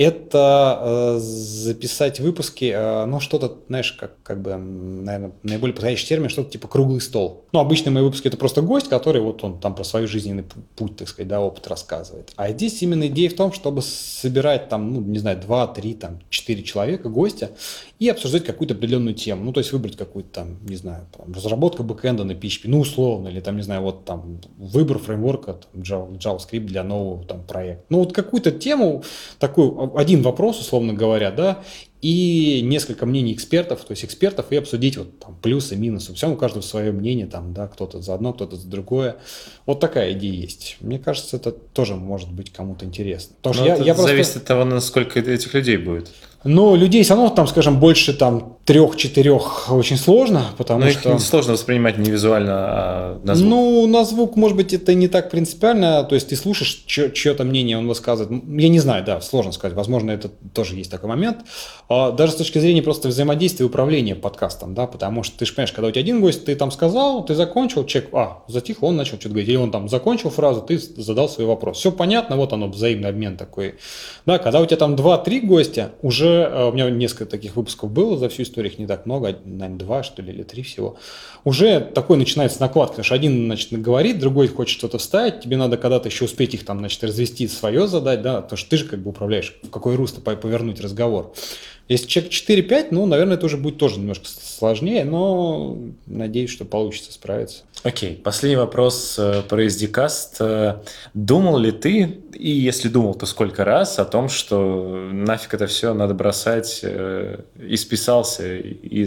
Это э, записать выпуски, э, ну, что-то, знаешь, как, как бы, наверное, наиболее подходящий термин, что-то типа круглый стол. Ну, обычно мои выпуски — это просто гость, который вот он там про свой жизненный путь, так сказать, да, опыт рассказывает. А здесь именно идея в том, чтобы собирать там, ну, не знаю, два, три, там, четыре человека, гостя, и обсуждать какую-то определенную тему. Ну, то есть выбрать какую-то там, не знаю, там, разработка бэкэнда на пи эйч пи, ну, условно, или там, не знаю, вот там выбор фреймворка там, JavaScript для нового там проекта. Ну, вот какую-то тему, такую, один вопрос, условно говоря, да, и несколько мнений экспертов, то есть экспертов, и обсудить вот там плюсы, минусы. Все, у каждого свое мнение, там, да, кто-то за одно, кто-то за другое. Вот такая идея есть. Мне кажется, это тоже может быть кому-то интересно. Потому что я, это я просто... зависит от того, насколько этих людей будет. Но людей все равно, там, скажем, больше там трех-четырех очень сложно, потому Но что... их сложно воспринимать не визуально, а на звук. Ну, на звук, может быть, это не так принципиально, то есть ты слушаешь, чье-то мнение он высказывает. Я не знаю, да, сложно сказать, возможно, это тоже есть такой момент. Даже с точки зрения просто взаимодействия и управления подкастом, да, потому что ты же понимаешь, когда у тебя один гость, ты там сказал, ты закончил, человек, а, затих, он начал что-то говорить, или он там закончил фразу, ты задал свой вопрос. Все понятно, вот оно, взаимный обмен такой. Да, когда у тебя там два-три гостя, уже у меня несколько таких выпусков было за всю историю, их не так много, наверное, два, что ли, или три всего. Уже такой начинается накладка, потому что один, значит, говорит, другой хочет что-то вставить, тебе надо когда-то еще успеть их там, значит, развести, свое задать, да, потому что ты же как бы управляешь, в какое русло повернуть разговор. Если человек четыре-пять, ну, наверное, это уже будет тоже немножко сложнее, но надеюсь, что получится справиться. Окей, последний вопрос э, про эс ди каст. Э, Думал ли ты, и если думал, то сколько раз, о том, что нафиг это все надо бросать, э, и списался, и,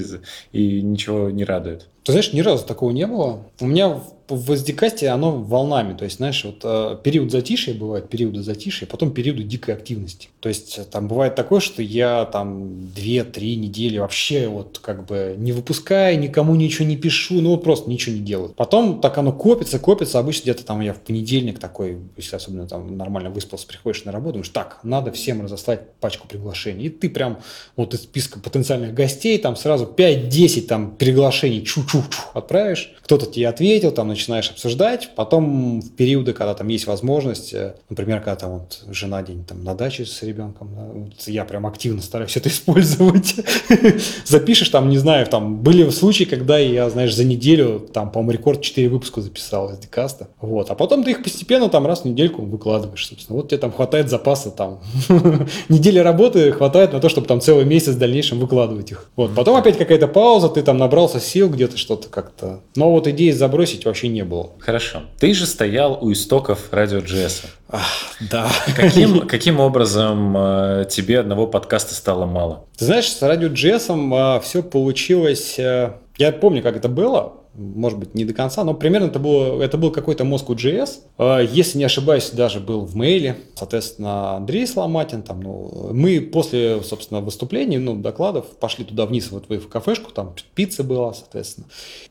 и ничего не радует? Ты знаешь, ни разу такого не было. У меня в, в эс ди касте оно волнами. То есть, знаешь, вот э, период затишья бывает, периоды затишья, потом периоды дикой активности. То есть, там бывает такое, что я там две-три недели вообще вот как бы не выпускаю, никому ничего не пишу, ну вот просто ничего не делаю. Потом так оно копится, копится. Обычно где-то там я в понедельник такой, если особенно там нормально выспался, приходишь на работу, думаешь, так, надо всем разослать пачку приглашений. И ты прям вот из списка потенциальных гостей там сразу пять-десять там приглашений чуть отправишь, кто-то тебе ответил, там начинаешь обсуждать, потом в периоды, когда там есть возможность, например, когда там вот жена день там на даче с ребенком, да, вот я прям активно стараюсь это использовать, запишешь там, не знаю, там были случаи, когда я, знаешь, за неделю там, по-моему, рекорд четыре выпуска записал из дикаста, вот, а потом ты их постепенно там раз в недельку выкладываешь, собственно, вот тебе там хватает запаса там, недели работы хватает на то, чтобы там целый месяц в дальнейшем выкладывать их, вот, потом опять какая-то пауза, ты там набрался сил где-то что-то как-то. Но вот идеи забросить вообще не было. Хорошо. Ты же стоял у истоков радио.джеса. Да. Каким, каким образом э, тебе одного подкаста стало мало? Ты знаешь, с радио.джесом э, все получилось... Э, я помню, как это было. Может быть, не до конца, но примерно это, было, это был какой-то Moscow.js. Если не ошибаюсь, даже был в мейле. Соответственно, Андрей Соломатин. Там, ну, мы после, собственно, выступлений, ну, докладов пошли туда вниз, вот в кафешку, там пицца была, соответственно.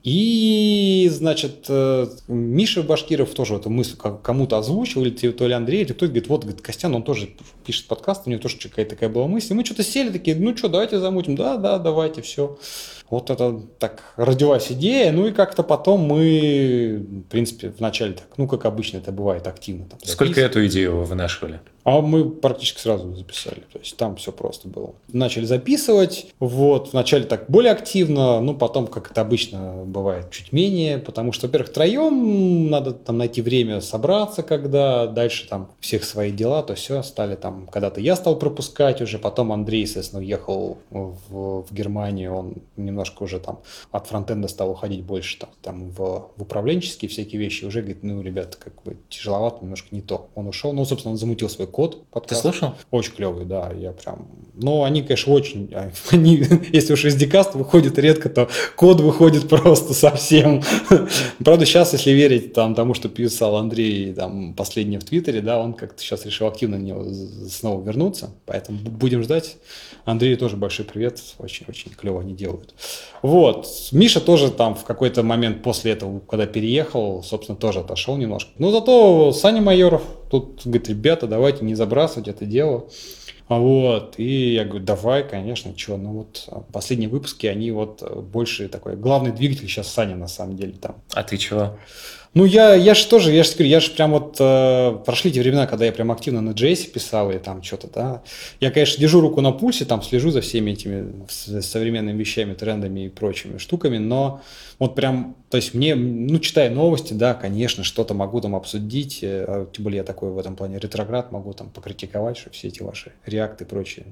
И, значит, Миша Башкиров тоже эту мысль кому-то озвучил, или то ли Андрей, или кто-то говорит, вот, говорит, Костян, он тоже пишет подкаст, у него тоже какая-то такая была мысль. И мы что-то сели такие, ну что, давайте замутим. Да, да, давайте, все. Вот это так родилась идея, ну и как-то потом мы, в принципе, вначале так, ну как обычно это бывает, активно. Там, Сколько эту идею вы вынашивали? А мы практически сразу записали, то есть там все просто было. Начали записывать, вот, вначале так более активно, ну потом, как это обычно бывает, чуть менее, потому что, во-первых, втроем надо там найти время собраться, когда дальше там всех свои дела, то все, стали там, когда-то я стал пропускать уже, потом Андрей, естественно, уехал в, в Германию, он немножко уже там от фронтенда стал уходить больше там, там в, в управленческие всякие вещи, уже говорит, ну, ребята, как бы тяжеловато, немножко не то. Он ушел, ну, собственно, он замутил свой код. Подкаст. Ты слушал? Очень клевый, да, я прям... Ну, они, конечно, очень... Они, если уж из дикаста выходит редко, то код выходит просто совсем. Правда, сейчас, если верить там, тому, что писал Андрей там, последнее в Твиттере, да, он как-то сейчас решил активно на него снова вернуться, поэтому будем ждать. Андрею тоже большой привет, очень-очень клево они делают. Вот, Миша тоже там в какой-то момент после этого, когда переехал, собственно, тоже отошел немножко. Но зато Саня Майоров тут, говорит, ребята, давайте не забрасывать это дело. Вот, и я говорю, давай, конечно, что, ну вот последние выпуски, они вот больше такой, главный двигатель сейчас Саня на самом деле там. А ты чего? Ну, я, я же тоже, я же говорю, я же прям вот, э, прошли те времена, когда я прям активно на джей эс писал и там что-то, да. Я, конечно, держу руку на пульсе, там слежу за всеми этими современными вещами, трендами и прочими штуками, но вот прям, то есть мне, ну, читая новости, да, конечно, что-то могу там обсудить, э, тем более я такой в этом плане ретроград, могу там покритиковать, что все эти ваши реакты и прочее.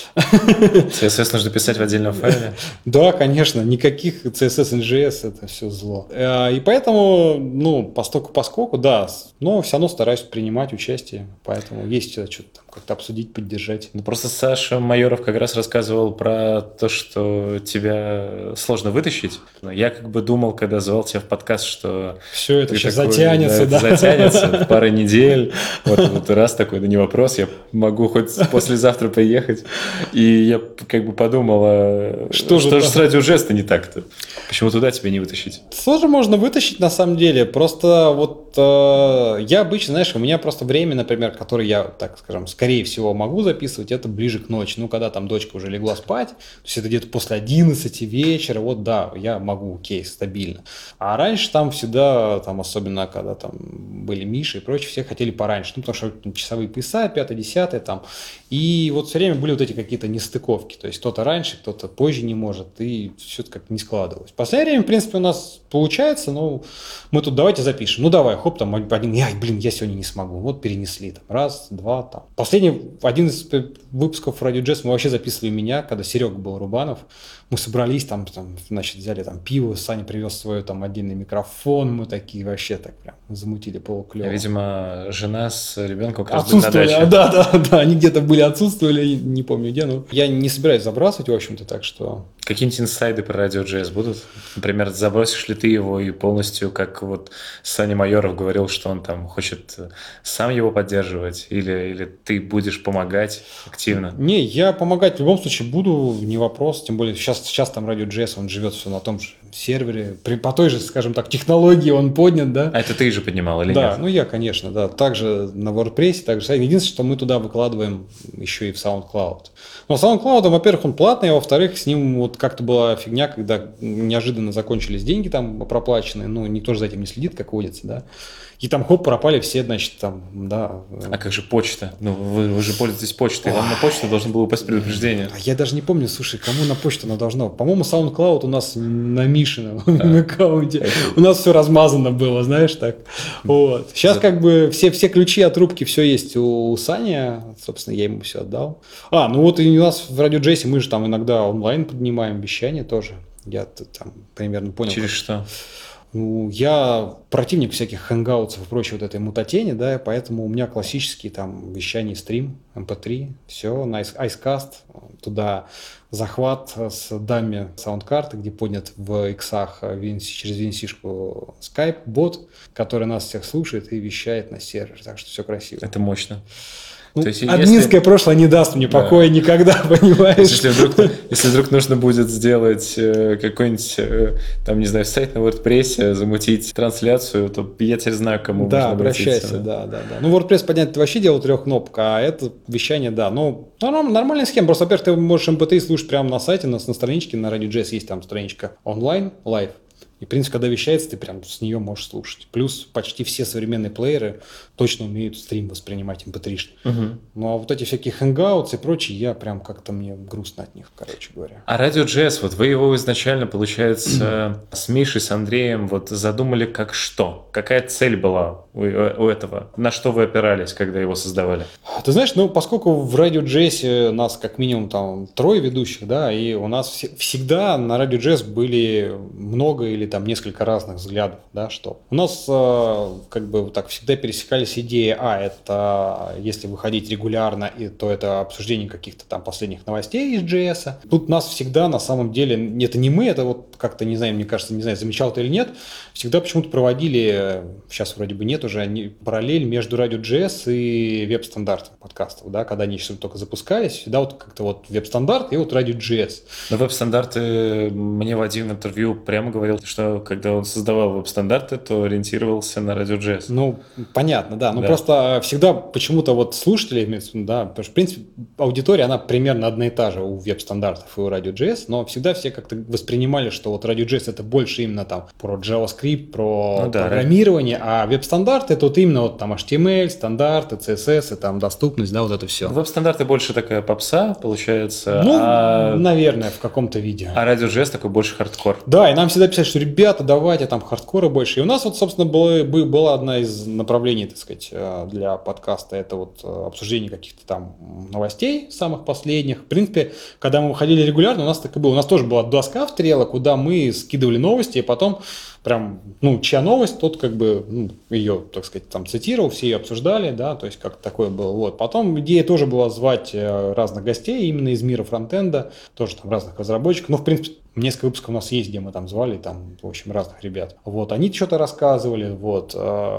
си эс эс нужно писать в отдельном файле? Да, конечно, никаких си эс эс и джей эс, это все зло. И поэтому, ну, постоку поскольку, да, но все равно стараюсь принимать участие, поэтому есть что-то там как-то обсудить, поддержать. Ну, просто Саша Майоров как раз рассказывал про то, что тебя сложно вытащить. Я как бы думал, когда звал тебя в подкаст, что... Все это ты сейчас такой, затянется, да. да. Затянется, пара недель. Вот, вот раз такой, да не вопрос, я могу хоть послезавтра приехать. И я как бы подумал, а что, что же с радио-джеста не так-то? Почему туда тебя не вытащить? Тоже можно вытащить на самом деле. Просто вот э, я обычно, знаешь, у меня просто время, например, которое я, так скажем, скорее всего могу записывать, это ближе к ночи. Ну, когда там дочка уже легла спать, то есть это где-то после одиннадцати вечера, вот да, я могу, окей, стабильно. А раньше там всегда, там особенно когда там были Миша и прочие, все хотели пораньше, ну, потому что там, часовые пояса, пятое, десятое там. И вот все время были вот эти какие-то нестыковки, то есть кто-то раньше, кто-то позже не может, и все это как-то не складывалось. В последнее время, в принципе, у нас получается, ну, мы тут давайте запишем, ну, давай, хоп, там один, ай, блин, я сегодня не смогу, вот перенесли, там, раз, два, там. Последний, один из выпусков Радио Джаз мы вообще записывали меня, когда Серега был Рубанов, мы собрались, там, там, значит, взяли там пиво, Саня привез свой там отдельный микрофон, мы такие вообще так прям замутили полуклево. Видимо, жена с ребенком как раз были на Отсутствовали, даче. да, да, да, они где-то были, отсутствовали, не помню где, но я не собираюсь забрасывать, в общем-то, так что... Какие-нибудь инсайды про радио джей эс будут? Например, забросишь ли ты его и полностью, как вот Саня Майоров говорил, что он там хочет сам его поддерживать, или, или ты будешь помогать активно? Не, я помогать в любом случае буду, не вопрос, тем более сейчас, сейчас там радио джей эс, он живет все на том же сервере, при, по той же, скажем так, технологии он поднят, да? А это ты же поднимал или да, нет? Да, ну я, конечно, да, также на WordPress, также единственное, что мы туда выкладываем еще и в SoundCloud. Но SoundCloud, во-первых, он платный, а во-вторых, с ним вот как-то была фигня, когда неожиданно закончились деньги там проплаченные, ну, никто же за этим не следит, как водится, да. И там, хоп, пропали все, значит, там, да. А как же почта? Ну, вы, вы же пользуетесь почтой, вам на почту должно было упасть предупреждение. Я даже не помню, слушай, кому на почту оно должно. По-моему, SoundCloud у нас на Мишином аккаунте. У нас все размазано было, знаешь, так. Вот. Сейчас как бы все, все ключи от рубки, все есть у Сани, собственно, я ему все отдал. А, ну вот и у нас в Радио Джесси мы же там иногда онлайн поднимаем вещание тоже. Я там примерно понял. Через как... что? Ну, я противник всяких хэнгаутсов и прочей вот этой мутатени, да, поэтому у меня классический там вещание стрим, эм пэ три, все, на Icecast, туда захват с дами саундкарты, где поднят в иксах через ви эн си-шку Skype-бот, который нас всех слушает и вещает на сервер, так что все красиво. Это мощно. Ну, То есть, админское если... прошлое не даст мне да. покоя никогда, понимаешь? Если вдруг, если вдруг нужно будет сделать э, какой-нибудь, э, там, не знаю, сайт на WordPress, замутить трансляцию, то я теперь знаю, к кому да, можно обратиться. обращайся, да, да, да. Ну, WordPress поднять это вообще дело трех кнопок, а это вещание, да. Ну, нормальная схема. Просто, во-первых, ты можешь эм пэ три слушать прямо на сайте, на, на страничке, на Radio Jazz есть там страничка онлайн, лайв. И, в принципе, когда вещается, ты прям с нее можешь слушать. Плюс почти все современные плееры точно умеют стрим воспринимать эм пэ три. Угу. Ну, а вот эти всякие хэнгаутсы и прочие, я прям как-то мне грустно от них, короче говоря. А радио джей эс, вот вы его изначально, получается, с Мишей, с Андреем вот задумали как что? Какая цель была у, у этого? На что вы опирались, когда его создавали? Ты знаешь, ну, поскольку в радио джей эс нас как минимум там трое ведущих, да, и у нас вс- всегда на радио джей эс были много или там несколько разных взглядов, да, что у нас э, как бы так всегда пересекались идеи, а, это если выходить регулярно, и, то это обсуждение каких-то там последних новостей из джей эс. Тут нас всегда на самом деле, это не мы, это вот как-то, не знаю, мне кажется, не знаю, замечал ты или нет, всегда почему-то проводили, сейчас вроде бы нет уже, они, параллель между радио джей эс и веб-стандартом подкастов, да, когда они еще только запускались, всегда вот как-то вот веб-стандарт и вот радио джей эс. Но веб-стандарты, мне Вадим в интервью прямо говорил, что что когда он создавал веб-стандарты, то ориентировался на радио.js. Ну, понятно, да. Ну, Да. просто всегда почему-то вот слушатели, да, потому что, в принципе, аудитория, она примерно одна и та же у веб-стандартов и у радио.js, но всегда все как-то воспринимали, что вот радио.js это больше именно там про JavaScript, про Ну да, программирование, а веб-стандарты это вот именно вот там эйч ти эм эль, стандарты, си эс эс, и там доступность, да, вот это все. Веб-стандарты больше такая попса, получается, Ну, а, наверное, в каком-то виде. а радио.js такой больше хардкор. Да, и нам всегда писали, что ребята, давайте там хардкора больше. И у нас вот, собственно, была, была одна из направлений, так сказать, для подкаста, это вот обсуждение каких-то там новостей самых последних. В принципе, когда мы выходили регулярно, у нас так и было. У нас тоже была доска в Trello, куда мы скидывали новости, и потом прям, ну, чья новость, тот как бы ну, ее, так сказать, там цитировал, все ее обсуждали, да, то есть как такое было. Вот. Потом идея тоже была звать разных гостей именно из мира фронтенда, тоже там разных разработчиков. Ну, в принципе, несколько выпусков у нас есть, где мы там звали, там, в общем, разных ребят. Вот, они что-то рассказывали, вот.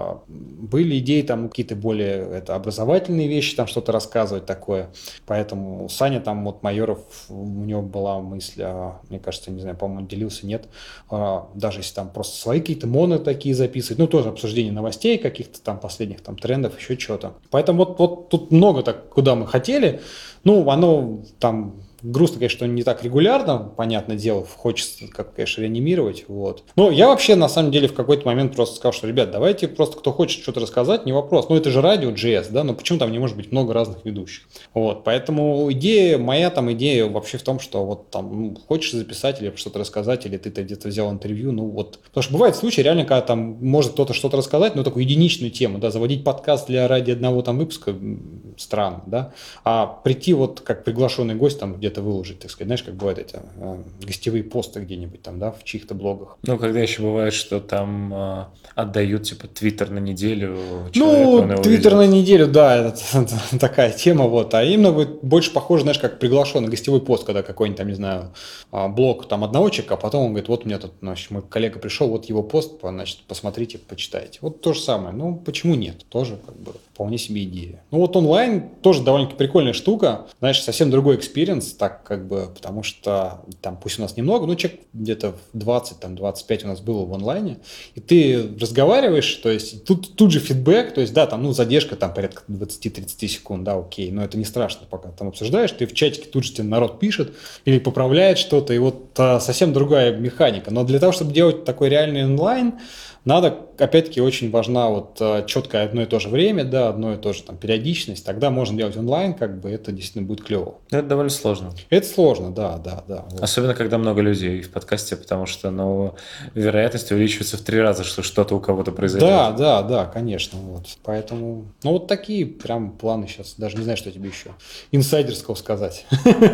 Были идеи там какие-то более это, образовательные вещи, там что-то рассказывать такое. Поэтому Саня там, вот, Майоров, у него была мысль, мне кажется, не знаю, по-моему, делился, нет, даже если там просто свои какие-то моно такие записывать, ну, тоже обсуждение новостей каких-то там последних там трендов, еще чего-то. Поэтому вот, вот тут много так, куда мы хотели. Ну, оно там... Грустно, конечно, что не так регулярно, понятное дело, хочется, как, конечно, реанимировать, вот. Но я вообще, на самом деле, в какой-то момент просто сказал, что, ребят, давайте просто, кто хочет что-то рассказать, не вопрос. Ну, это же радио.js, да, но почему там не может быть много разных ведущих? Вот, поэтому идея, моя там идея вообще в том, что вот там, ну, хочешь записать или что-то рассказать, или ты-то где-то взял интервью, ну, вот. Потому что бывают случаи, реально, когда там может кто-то что-то рассказать, но такую единичную тему, да, заводить подкаст для ради одного там выпуска странно, да, а прийти вот как приглашенный гость там где-то это выложить, так сказать, знаешь, как бывают эти э, гостевые посты где-нибудь там, да, в чьих-то блогах. Ну, когда еще бывает, что там э, отдают, типа, твиттер на неделю человеку. Ну, твиттер на неделю, да, это, это такая тема, вот, а именно будет больше похоже, знаешь, как приглашенный гостевой пост, когда какой-нибудь там, не знаю, блог там одного человека, а потом он говорит, вот у меня тут, значит, мой коллега пришел, вот его пост, значит, посмотрите, почитайте. Вот то же самое, ну, почему нет? Тоже, как бы, вполне себе идея. Ну, вот онлайн тоже довольно-таки прикольная штука, знаешь, совсем другой экспириенс, так как бы, потому что там пусть у нас немного, но человек где-то двадцать, там двадцать пять у нас было в онлайне, и ты разговариваешь, то есть тут, тут же фидбэк, то есть да, там, ну, задержка там порядка двадцать-тридцать секунд, да, окей, но это не страшно, пока там обсуждаешь, ты в чатике тут же тебе народ пишет или поправляет что-то, и вот а, совсем другая механика. Но для того, чтобы делать такой реальный онлайн, надо, опять-таки, очень важна вот четкое одно и то же время, да, одно и то же там периодичность. Тогда можно делать онлайн, как бы это действительно будет клево. Это довольно сложно. Это сложно, да, да, да. Вот. Особенно, когда много людей в подкасте, потому что, ну, вероятность увеличивается в три раза, что что-то у кого-то произойдет. Да, да, да, конечно, вот. Поэтому, ну, вот такие прям планы сейчас. Даже не знаю, что тебе еще инсайдерского сказать.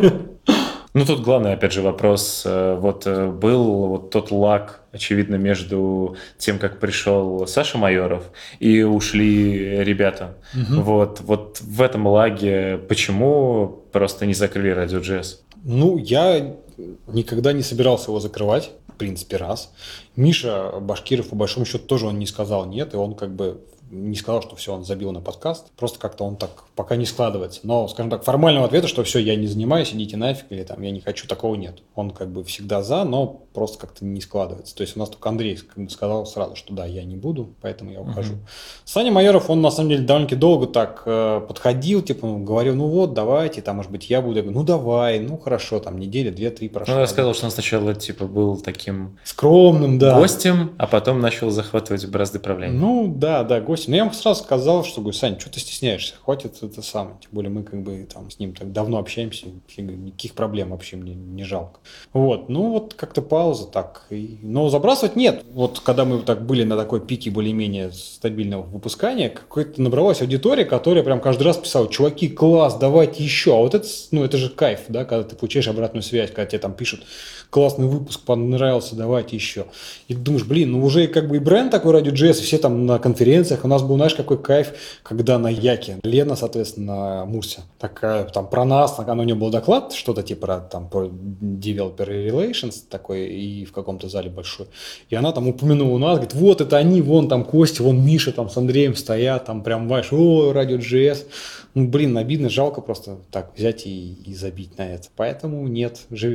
Ну, тут главный, опять же, вопрос. Вот был вот тот лаг, очевидно, между тем, как пришел Саша Майоров и ушли ребята. Угу. Вот, вот в этом лаге почему просто не закрыли радио.js? Ну, я никогда не собирался его закрывать, в принципе, раз. Миша Башкиров, по большому счету, тоже он не сказал нет, и он как бы не сказал, что все, он забил на подкаст. Просто как-то он так пока не складывается. Но, скажем так, формального ответа, что все, я не занимаюсь, идите нафиг, или там я не хочу, такого нет. Он как бы всегда за, но просто как-то не складывается. То есть у нас только Андрей как бы сказал сразу, что да, я не буду, поэтому я ухожу. Uh-huh. Саня Майоров, он на самом деле довольно-таки долго так э, подходил, типа, ну, говорил, ну вот, давайте, там, может быть, я буду. Я говорю, ну давай, ну хорошо, там недели, две-три прошло. Ну, я сказал, что он сначала, типа, был таким скромным, да, гостем, а потом начал захватывать бразды правления. Ну, да, да, гостем. Но я ему сразу сказал, что, говорю, Сань, что ты стесняешься? Хватит это самое. Тем более мы как бы там с ним так давно общаемся, никаких проблем вообще мне не жалко. Вот, ну вот как-то пауза так. И... Но забрасывать нет. Вот когда мы так были на такой пике более-менее стабильного выпускания, какой-то набралась аудитория, которая прям каждый раз писала, чуваки, класс, давайте еще. А вот это, ну, это же кайф, да, когда ты получаешь обратную связь, когда тебе там пишут, классный выпуск, понравился, давайте еще. И ты думаешь, блин, ну уже как бы и бренд такой радио.js, и все там на конференциях. У нас был, знаешь, какой кайф, когда на Яке, Лена, соответственно, на Мурсе, такая там про нас, она, у нее был доклад, что-то типа там про developer relations такой, и в каком-то зале большой. И она там упомянула нас, говорит, вот это они, вон там Костя, вон Миша там с Андреем стоят, там прям, знаешь, о, радио.js. Ну, блин, обидно, жалко просто так взять и, и забить на это. Поэтому нет, живет.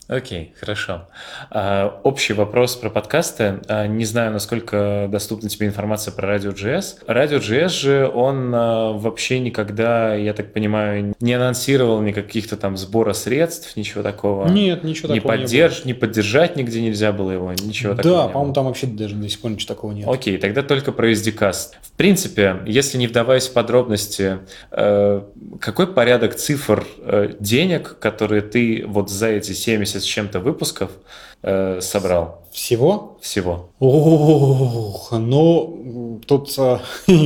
Окей, хорошо. А, общий вопрос про подкасты. А, не знаю, насколько доступна тебе информация про Радио.js. Радио.js же, он а, вообще никогда, я так понимаю, не анонсировал никаких-то там сбора средств, ничего такого. Нет, ничего не такого поддерж... не было. Не поддержать нигде нельзя было его, ничего Да, такого не по-моему, было. там вообще даже до сих пор ничего такого нет. Окей, тогда только про эс ди каст. В принципе, если не вдаваясь в подробности, э, какой порядок цифр э, денег, которые ты вот за эти семьдесят с чем-то выпусков э, собрал? Всего? Всего. Ох, ну, тут а,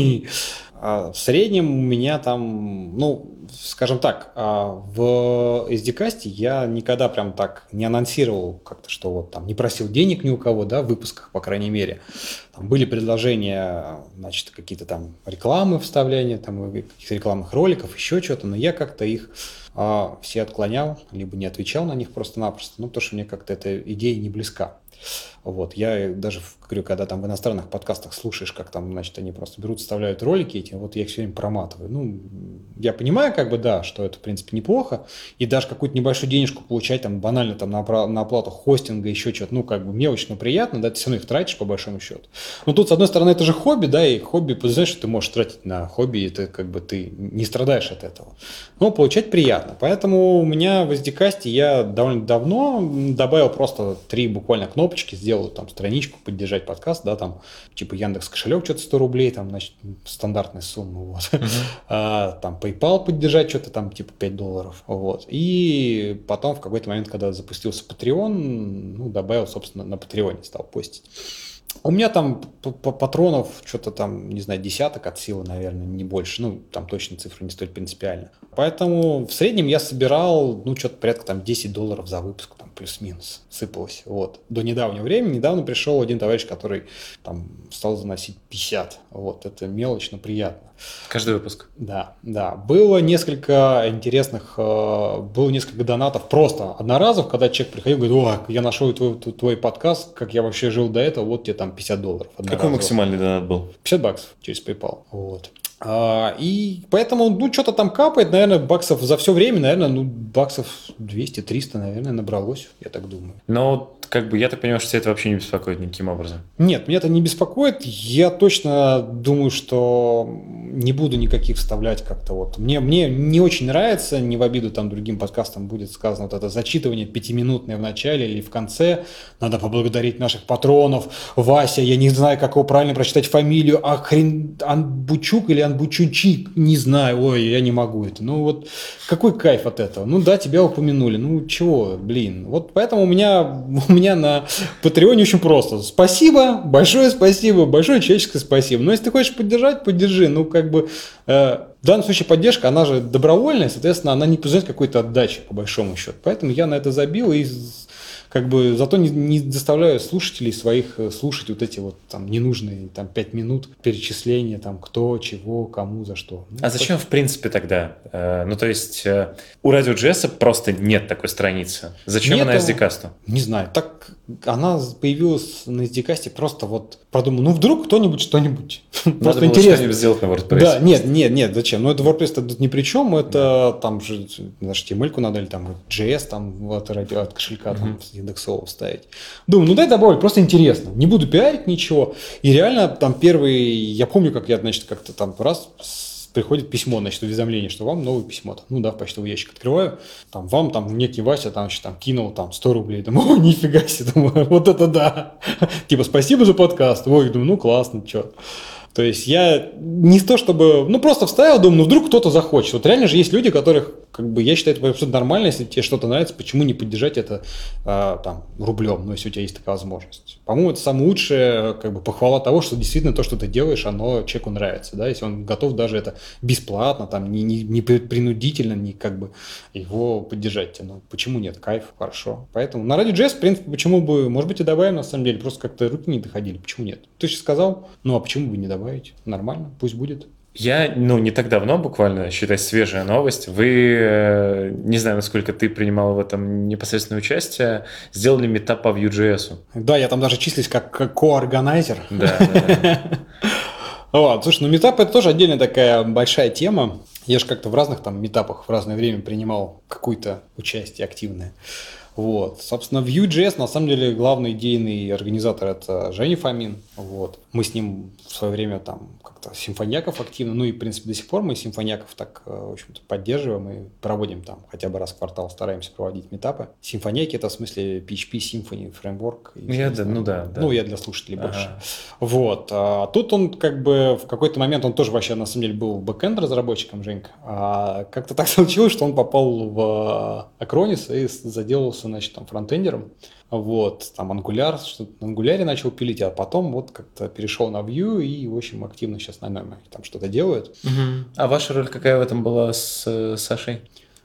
а, в среднем у меня там, ну, скажем так, а, в эс ди каст я никогда прям так не анонсировал как-то, что вот там не просил денег ни у кого, да, в выпусках, по крайней мере. Там были предложения, значит, какие-то там рекламы вставления, там каких-то рекламных роликов, еще что-то, но я как-то их а, все отклонял, либо не отвечал на них просто-напросто, ну, потому что мне как-то эта идея не близка. Вот, я даже говорю, когда там в иностранных подкастах слушаешь, как там, значит, они просто берут, вставляют ролики эти, вот я их все время проматываю. Ну, я понимаю, как бы, да, что это, в принципе, неплохо, и даже какую-то небольшую денежку получать, там, банально, там, на, на оплату хостинга, еще что-то, ну, как бы, мелочь, но приятно, да, ты все равно их тратишь, по большому счету. Но тут, с одной стороны, это же хобби, да, и хобби, ты знаешь, что ты можешь тратить на хобби, и ты, как бы, ты не страдаешь от этого. Но получать приятно, поэтому у меня в эс ди каст я довольно давно добавил просто три буквально кнопочки, сделал там страничку, поддержать подкаст, да, там, типа Яндекс кошелек, что-то сто рублей, там, значит, стандартная сумма, вот. Uh-huh. а, там, PayPal поддержать, что-то там, типа пять долларов, вот. И потом в какой-то момент, когда запустился Patreon, ну, добавил, собственно, на Patreon стал постить. У меня там патронов что-то там, не знаю, десяток от силы, наверное, не больше. Ну, там точно цифры не столь принципиально. Поэтому в среднем я собирал, ну, что-то порядка там десять долларов за выпуск, там, плюс-минус, сыпалось. Вот. До недавнего времени. Недавно пришел один товарищ, который там стал заносить пятьдесят. Вот. Это мелочь, но приятно. Каждый выпуск. Да, да. Было несколько интересных, было несколько донатов просто одноразов, когда человек приходил и говорит: о, я нашел твой, твой подкаст, как я вообще жил до этого, вот тебе там пятьдесят долларов. Какой максимальный донат был? пятьдесят баксов через PayPal. Вот. А, и поэтому, ну, что-то там капает, наверное, баксов за все время, наверное, ну, баксов двести-триста, наверное, набралось, я так думаю. Но, как бы, я так понимаю, что тебя это вообще не беспокоит никаким образом. Нет, меня это не беспокоит. Я точно думаю, что не буду никаких вставлять как-то вот. Мне, мне не очень нравится, не в обиду там другим подкастам будет сказано вот это зачитывание пятиминутное в начале или в конце. Надо поблагодарить наших патронов. Вася, я не знаю, как его правильно прочитать фамилию, а хрен Анбучук или Анбучунчик, не знаю, ой, я не могу это. Ну вот какой кайф от этого? Ну да, тебя упомянули, ну чего, блин. Вот поэтому у меня, у меня на Патреоне очень просто. Спасибо, большое спасибо, большое человеческое спасибо. Но если ты хочешь поддержать, поддержи. Ну как бы э, в данном случае поддержка, она же добровольная, соответственно, она не позволяет какой-то отдачи по большому счету. Поэтому я на это забил и как бы зато не, не заставляю слушателей своих слушать вот эти вот там ненужные там пять минут перечисления там кто, чего, кому, за что. Ну, а зачем в принципе тогда? Э, ну то есть э, у Радио.js просто нет такой страницы. Зачем нет, она эс ди касту? Не знаю, так она появилась на эс ди касте просто вот продумал, ну вдруг кто-нибудь что-нибудь. Надо просто было интересно. что-нибудь сделать на WordPress. Да, нет, нет, нет, зачем? Ну это WordPress тут ни при чем, это да. Там же эйч ти эм эль-ку надо или там джей эс там от, от кошелька там uh-huh. индексово вставить. Думаю, ну дай добавить, просто интересно. Не буду пиарить ничего. И реально там первый, я помню, как я, значит, как-то там раз приходит письмо, значит, уведомление, что вам новое письмо. Ну да, в почтовый ящик открываю. Там вам там некий Вася там, значит, там кинул там сто рублей. Думаю, о, нифига себе, думаю, вот это да. Типа, спасибо за подкаст. Ой, думаю, ну классно, что. То есть я не то чтобы, ну просто вставил, думаю, ну вдруг кто-то захочет. Вот реально же есть люди, которых, как бы, я считаю, это абсолютно нормально, если тебе что-то нравится, почему не поддержать это а, там рублем, ну если у тебя есть такая возможность. По-моему, это самая лучшая, как бы, похвала того, что действительно то, что ты делаешь, оно человеку нравится, да, если он готов даже это бесплатно, там, не, не, не принудительно, не как бы его поддержать. Ну почему нет? Кайф, хорошо. Поэтому на Радио.js, в принципе, почему бы, может быть, и добавим, на самом деле, просто как-то руки не доходили, почему нет? Ты же сказал, ну а почему бы не добавить? Нормально, пусть будет. Я, ну, не так давно, буквально, считай, свежая новость. Вы, не знаю, насколько ты принимал в этом непосредственное участие, сделали митап по Vue.js. Да, я там даже числюсь как ко-органайзер. Да, да. Вот, слушай, ну митап это тоже отдельная такая большая тема. Я же как-то в разных там митапах в разное время принимал какое-то участие активное. Вот. Собственно, Vue.js, на самом деле, главный идейный организатор – это Женя Фомин. Вот. Мы с ним в свое время там как-то симфониаков активно, ну и, в принципе, до сих пор мы симфониаков так, в общем-то, поддерживаем и проводим там хотя бы раз в квартал, стараемся проводить митапы. Симфониаки – это в смысле пи эйч пи, Symfony, фреймворк. Я, да, ну да, да. Ну, я для слушателей Ага. больше. Вот. А тут он как бы в какой-то момент, он тоже вообще на самом деле был бэкэнд разработчиком, Женька. А как-то так случилось, что он попал в Acronis и заделался, значит, там фронтендером. Вот, там Angular, что-то на Angular начал пилить, а потом вот как-то перешел на Vue и, в общем, активно сейчас на Nome там что-то делает. Мгм. А ваша роль какая в этом была с э, Сашей?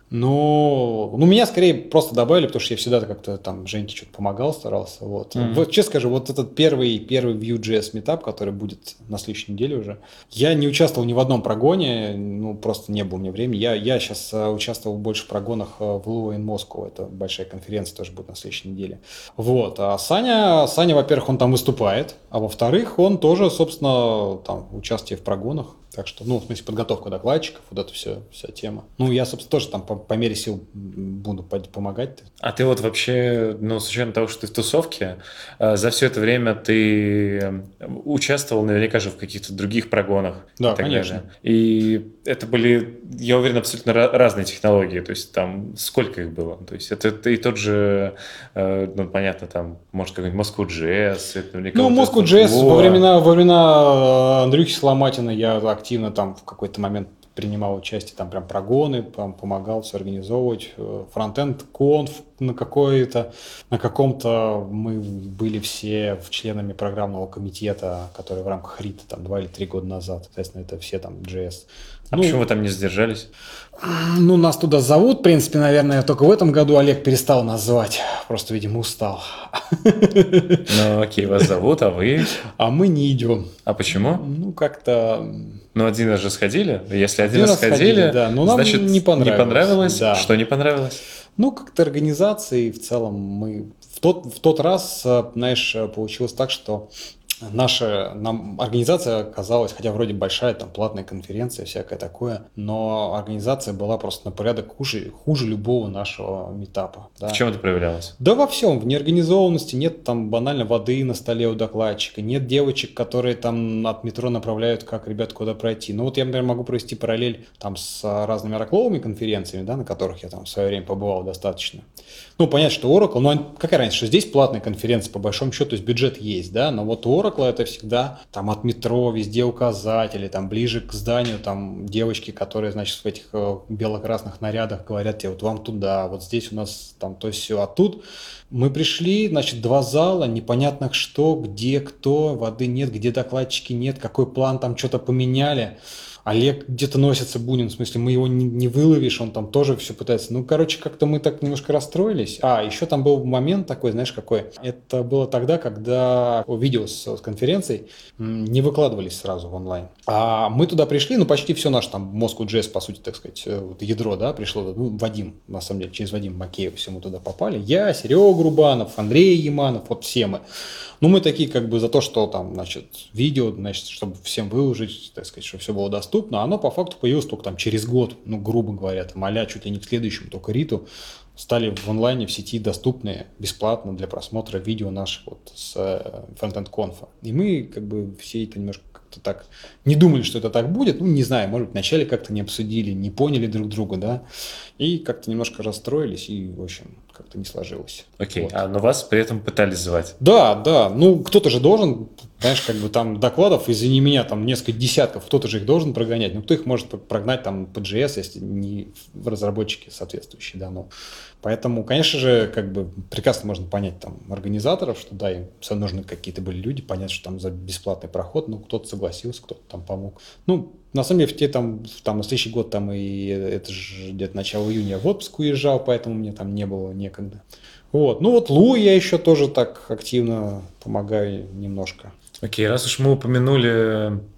Ну, ну, меня скорее просто добавили, потому что я всегда как-то там Женьке что-то помогал, старался. Вот. Мгм. Вот, честно скажу, вот этот первый, первый Vue.js метап, который будет на следующей неделе уже, я не участвовал ни в одном прогоне, ну, просто не было у меня времени. Я, я сейчас а, участвовал больше в прогонах а, в Lua in Moscow, это большая конференция, тоже будет на следующей неделе. Вот. А Саня, Саня, во-первых, он там выступает, а во-вторых, он тоже, собственно, там, участие в прогонах. Так что, ну, в смысле, подготовка докладчиков, вот эта вся, вся тема. Ну, я, собственно, тоже там по, по мере сил буду помогать. А ты вот вообще, ну, с учетом того, что ты в тусовке, э, за все это время ты э, участвовал наверняка же в каких-то других прогонах. Да, и так конечно. далее. И это были, я уверен, абсолютно ra- разные технологии. То есть там сколько их было? То есть это, это и тот же, э, ну, понятно, там, может, какой-нибудь Moscow.js. Это наверняка Ну, вот это Moscow.js Lua. во времена, во времена Андрюхи Соломатина я активно там в какой-то момент принимал участие, там прям прогоны, там помогал все организовывать. Фронтенд конф на какой-то, на каком-то мы были все членами программного комитета, который в рамках рита там два или три года назад. Соответственно, это все там джей эс. А Ну, почему вы там не сдержались? Ну, нас туда зовут, в принципе, наверное, только в этом году Олег перестал нас звать. Просто, видимо, устал. Ну, окей, вас зовут, а вы? А мы не идем. А почему? Ну, как-то... Ну, один раз же сходили. Если один, Один раз раз сходили, ходили, да, но нам значит, не понравилось. Не понравилось? Да. Что не понравилось? Ну, как-то организации в целом мы... В тот, в тот раз, знаешь, получилось так, что наша нам организация оказалась, хотя вроде большая, там платная конференция, всякое такое, но организация была просто на порядок хуже, хуже любого нашего митапа. Да. В чем это проявлялось? Да во всем, в неорганизованности, нет там банально воды на столе у докладчика, нет девочек, которые там от метро направляют, как ребят куда пройти. Ну вот я, например, могу провести параллель там с разными оракловыми конференциями, да, на которых я там в свое время побывал достаточно. Ну, понятно, что Oracle, ну, какая разница, что здесь платная конференция, по большому счету, то есть бюджет есть, да, но вот у Oracle это всегда там от метро, везде указатели, там ближе к зданию, там девочки, которые, значит, в этих э, бело-красных нарядах говорят тебе, вот вам туда, вот здесь у нас там то все, а тут мы пришли, значит, два зала, непонятно что, где, кто, воды нет, где докладчики нет, какой план, там что-то поменяли. Олег где-то носится, Бунин, в смысле, мы его не, не выловишь, он там тоже все пытается. Ну, короче, как-то мы так немножко расстроились. А, еще там был момент такой, знаешь, какой? Это было тогда, когда видео с, с конференцией не выкладывались сразу в онлайн. А мы туда пришли, ну, почти все наше там Moscow.js, по сути, так сказать, вот ядро, да, пришло, ну, Вадим, на самом деле, через Вадим Макеев все мы туда попали. Я, Серега Рубанов, Андрей Яманов, вот все мы. Ну, мы такие как бы за то, что там, значит, видео, значит, чтобы всем выложить, так сказать, чтобы все было доступно, оно по факту появилось только там через год, ну, грубо говоря, там, а-ля чуть ли не к следующему, только риту, стали в онлайне в сети доступны бесплатно для просмотра видео наших вот с фронтенд конфа. И мы как бы все это немножко как-то так не думали, что это так будет, ну, не знаю, может быть, вначале как-то не обсудили, не поняли друг друга, да, и как-то немножко расстроились, и, в общем, как-то не сложилось. Окей, Вот. а но вас при этом пытались звать? Да, да, ну кто-то же должен, знаешь, как бы там докладов, извини меня, там несколько десятков, кто-то же их должен прогонять, ну кто их может прогнать там по джей эс, если не в разработчики соответствующие, да, ну. Поэтому, конечно же, как бы прекрасно можно понять там организаторов, что да, им нужны какие-то были люди, понятно, что там за бесплатный проход, ну кто-то согласился, кто-то там помог. Ну, на самом деле, в те там, там на следующий год там и это же где-то начало июня я в отпуск уезжал, поэтому мне там не было некогда. Вот, ну вот Лу я еще тоже так активно помогаю немножко. Окей, раз уж мы упомянули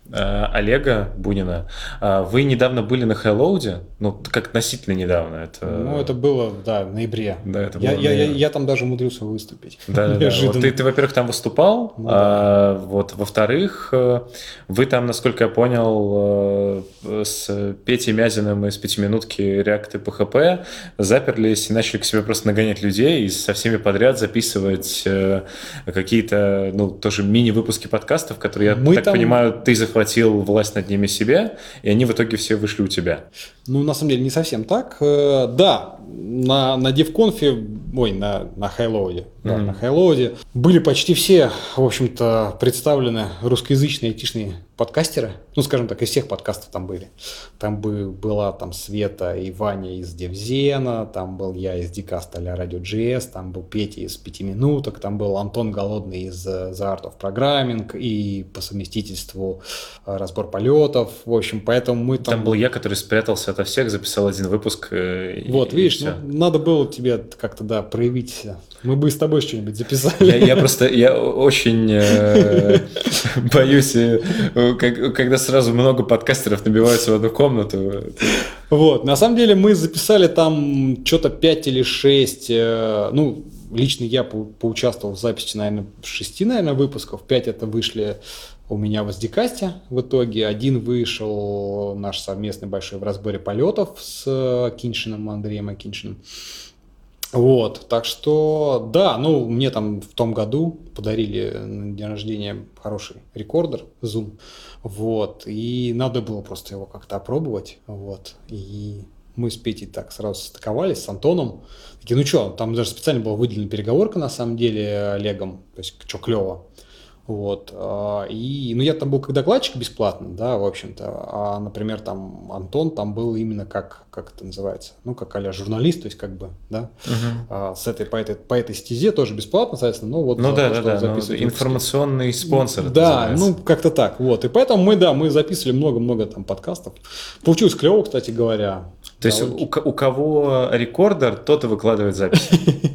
Олега Бунина. Вы недавно были на Хэллоуде? Ну, как относительно недавно. Это... Ну, это было, да, в ноябре. Да, это я, было я, я, я, я там даже умудрился выступить. Да, да, да. Вот ты, ты, во-первых, там выступал, ну, а, да. вот, во-вторых, вы там, насколько я понял, с Петей Мязиным из пятиминутки React и пи эйч пи заперлись и начали к себе просто нагонять людей и со всеми подряд записывать какие-то, ну, тоже мини-выпуски подкастов, которые, я Мы так там... понимаю, ты захватил власть над ними себе, и они в итоге все вышли у тебя. Ну, на самом деле, не совсем так. Да, на, на DevConf, ой, на, на Хэллоуде, mm-hmm. да, на Хэллоуде были почти все, в общем-то, представлены русскоязычные айтишные подкастеры. Ну, скажем так, из всех подкастов там были. Там бы, была там Света и Ваня из DevZen, там был я из Dcast а-ля Radio.js, там был Петя из пятиминуток, там был Антон Голодный из The Art of Programming и по совместительству разбор полетов. В общем, поэтому мы там... Там был я, который спрятался ото всех, записал один выпуск. И, вот, и видишь, ну, надо было тебе как-то, да, проявить. Мы бы с тобой что-нибудь записали. Я, я просто, я очень э, боюсь, э, как, когда сразу много подкастеров набиваются в одну комнату. Вот, на самом деле мы записали там что-то пять или шесть, э, ну, лично я по- поучаствовал в записи, наверное, шести, наверное, выпусков. Пять это вышли у меня в Dcast в итоге. Один вышел наш совместный большой в разборе полетов с Киншиным, Андреем Акиншиным. Вот, так что, да, ну, мне там в том году подарили на день рождения хороший рекордер Zoom, вот, и надо было просто его как-то опробовать, вот, и мы с Петей так сразу стыковались с Антоном, такие, ну что, там даже специально была выделена переговорка, на самом деле, Олегом, то есть, что клево. Вот, и, ну, я там был как докладчик бесплатно, да, в общем-то, а, например, там Антон там был именно как, как это называется, ну, как а-ля журналист, то есть, как бы, да, uh-huh. а, с этой, по этой, по этой стезе тоже бесплатно, соответственно, ну, вот. Ну, да, то, да, да, ну, информационный спонсор. Да, ну, как-то так, вот, и поэтому мы, да, мы записывали много-много там подкастов, получилось клево, кстати говоря. То есть, у, у кого рекордер, тот и выкладывает запись.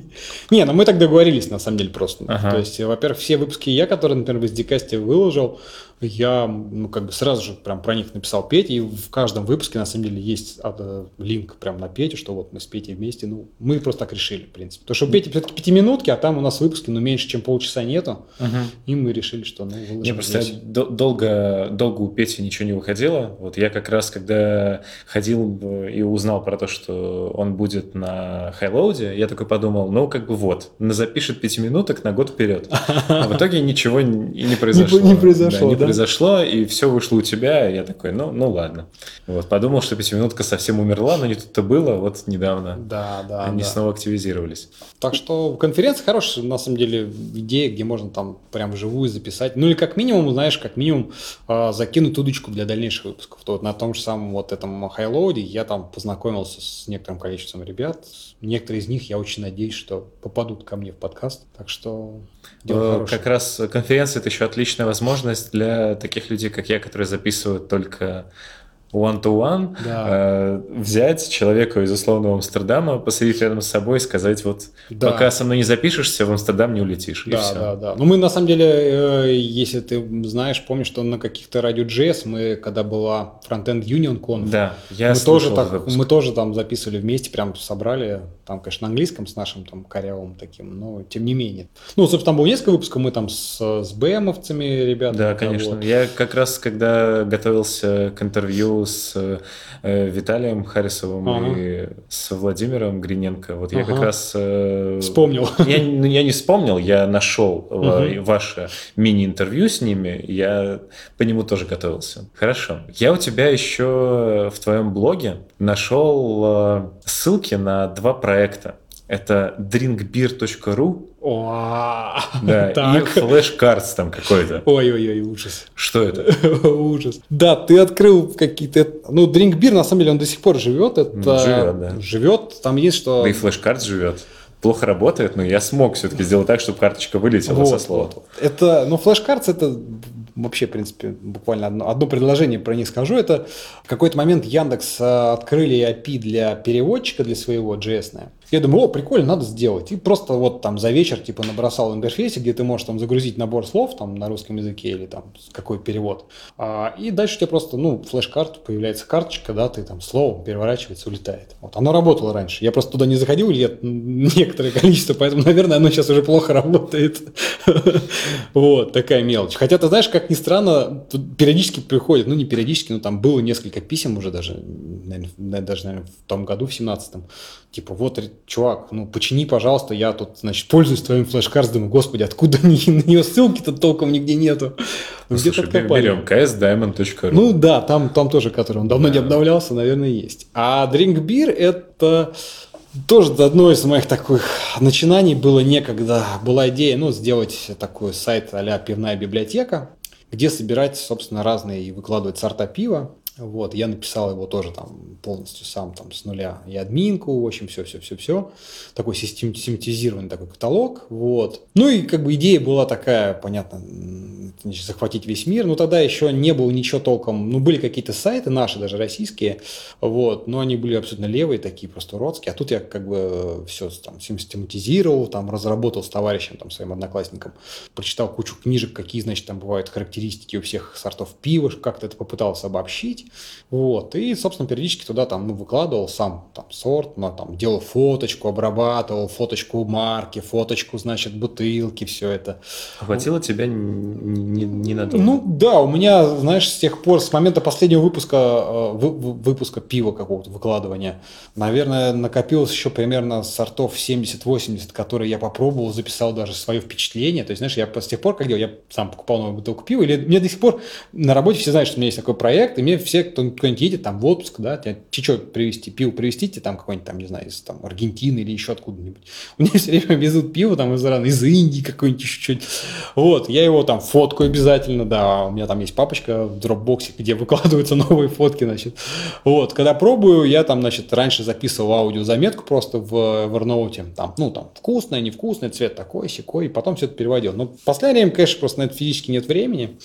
Не, ну мы так договорились, на самом деле, просто. Ага. То есть, во-первых, все выпуски я, которые, например, в Dcast выложил, я, ну, как бы сразу же прям про них написал Пете, и в каждом выпуске, на самом деле, есть линк прям на Петю, что вот мы с Петей вместе, ну, мы просто так решили, в принципе. Потому что у Пети все-таки пятиминутки, а там у нас выпуски, ну, меньше, чем полчаса нету, угу. И мы решили, что, ну, выложим. Не, просто долго, долго у Пети ничего не выходило. Вот я как раз, когда ходил и узнал про то, что он будет на Хэллоуде, я такой подумал, ну, как бы вот, запишет пятиминуток на год вперед. А в итоге ничего и не произошло. Не произошло, да? Произошло, и все вышло у тебя, и я такой, ну, ну ладно. Вот, подумал, что пятиминутка совсем умерла, но не тут-то было, вот недавно да, да, они да. снова активизировались. Так что конференция хорошая, на самом деле, идея, где можно там прям вживую записать. Ну или как минимум, знаешь, как минимум э, закинуть удочку для дальнейших выпусков. То вот на том же самом вот этом Хэллоуде я там познакомился с некоторым количеством ребят. Некоторые из них, я очень надеюсь, что попадут ко мне в подкаст. Так что дело Как раз конференция – это еще отличная возможность для таких людей, как я, которые записывают только one-to-one, да. э, взять человека из условного Амстердама, посадить рядом с собой и сказать, вот да. пока со мной не запишешься, в Амстердам не улетишь. Да, и все. да, да. Ну, мы на самом деле, э, если ты знаешь, помнишь, что на каких-то Radio.js мы, когда была Frontend Union Conf, да, я мы, тоже так, выпуск. мы тоже там записывали вместе, прям собрали, там, конечно, на английском с нашим там корявым таким, но тем не менее. Ну, собственно, там было несколько выпусков, мы там с, с БМовцами ребята. Да, конечно. Вот. Я как раз, когда готовился к интервью с э, Виталием Харисовым ага. и с Владимиром Гриненко. Вот ага. я как раз... Э, вспомнил. Я, ну, я не вспомнил, я нашел uh-huh. ваше мини-интервью с ними, я по нему тоже готовился. Хорошо. Я у тебя еще в твоем блоге нашел э, ссылки на два проекта. Это drinkbeer точка ру О, да, так. и Flashcards там какой-то. Ой-ой-ой, ужас. Что это? Ужас. Да, ты открыл какие-то... Ну, drinkbeer, на самом деле, он до сих пор живет. Это... Живет, да. Живет, там есть что... Да и Flashcards живет. Плохо работает, но я смог все-таки сделать так, чтобы карточка вылетела вот, со слова. Вот. Это, ну, Flashcards это вообще, в принципе, буквально одно, одно предложение про них скажу. Это в какой-то момент Яндекс открыли эй пи ай для переводчика, для своего джей эс. Я думаю, о, прикольно, надо сделать. И просто вот там за вечер типа набросал в интерфейсе, где ты можешь там загрузить набор слов там на русском языке или там какой перевод. А, и дальше у тебя просто, ну, флеш-карта, появляется карточка, да, ты там словом переворачивается, улетает. Вот. Оно работало раньше. Я просто туда не заходил лет некоторое количество, поэтому, наверное, оно сейчас уже плохо работает. Вот, такая мелочь. Хотя, ты знаешь, как ни странно, периодически приходит, ну, не периодически, но там было несколько писем уже даже, наверное, даже, наверное, в том году, в семнадцатом. Типа, вот, чувак, ну, почини, пожалуйста, я тут, значит, пользуюсь твоим флеш-картом. Думаю, господи, откуда на нее ссылки-то толком нигде нету. Ну, слушай, берем кей эс даймонд точка ру. Ну, да, там, там тоже, который он давно да. не обновлялся, наверное, есть. А Drink Beer – это тоже одно из моих таких начинаний было некогда. Была идея, ну, сделать такой сайт а-ля пивная библиотека, где собирать, собственно, разные и выкладывать сорта пива. Вот, я написал его тоже там полностью сам там с нуля и админку, в общем, все-все-все-все. Такой систематизированный такой каталог, вот. Ну и как бы идея была такая, понятно, значит, захватить весь мир. Но тогда еще не было ничего толком, ну были какие-то сайты наши, даже российские, вот, но они были абсолютно левые, такие просто уродские. А тут я как бы все там систематизировал, там разработал с товарищем, там своим одноклассником, прочитал кучу книжек, какие, значит, там бывают характеристики у всех сортов пива, как-то это попытался обобщить. Вот, и, собственно, периодически туда там, ну, выкладывал сам там сорт, ну, там, делал фоточку, обрабатывал, фоточку марки, фоточку, значит, бутылки, все это. Хватило тебя ненадолго? Ну, да, у меня, знаешь, с тех пор, с момента последнего выпуска, вы, выпуска пива какого-то, выкладывания, наверное, накопилось еще примерно сортов семьдесят-восемьдесят, которые я попробовал, записал даже свое впечатление. То есть, знаешь, я с тех пор, как делал, я сам покупал новую бутылку пива, или мне до сих пор на работе все знают, что у меня есть такой проект, и мне все, кто кто-нибудь едет там в отпуск, да, тебе что привезти, пиво привезти, тебе там какой-нибудь там, не знаю, из там, Аргентины или еще откуда-нибудь. Мне все время везут пиво там из Ирана, из Индии какой-нибудь еще что-нибудь. Вот, я его там фоткаю обязательно, да, у меня там есть папочка в дропбоксе, где выкладываются новые фотки, значит. Вот, когда пробую, я там, значит, раньше записывал аудиозаметку просто в Evernote, там, ну, там, вкусное, невкусное, цвет такой, сякой, и потом все это переводил. Но в последнее время, конечно, просто на это физически нет времени,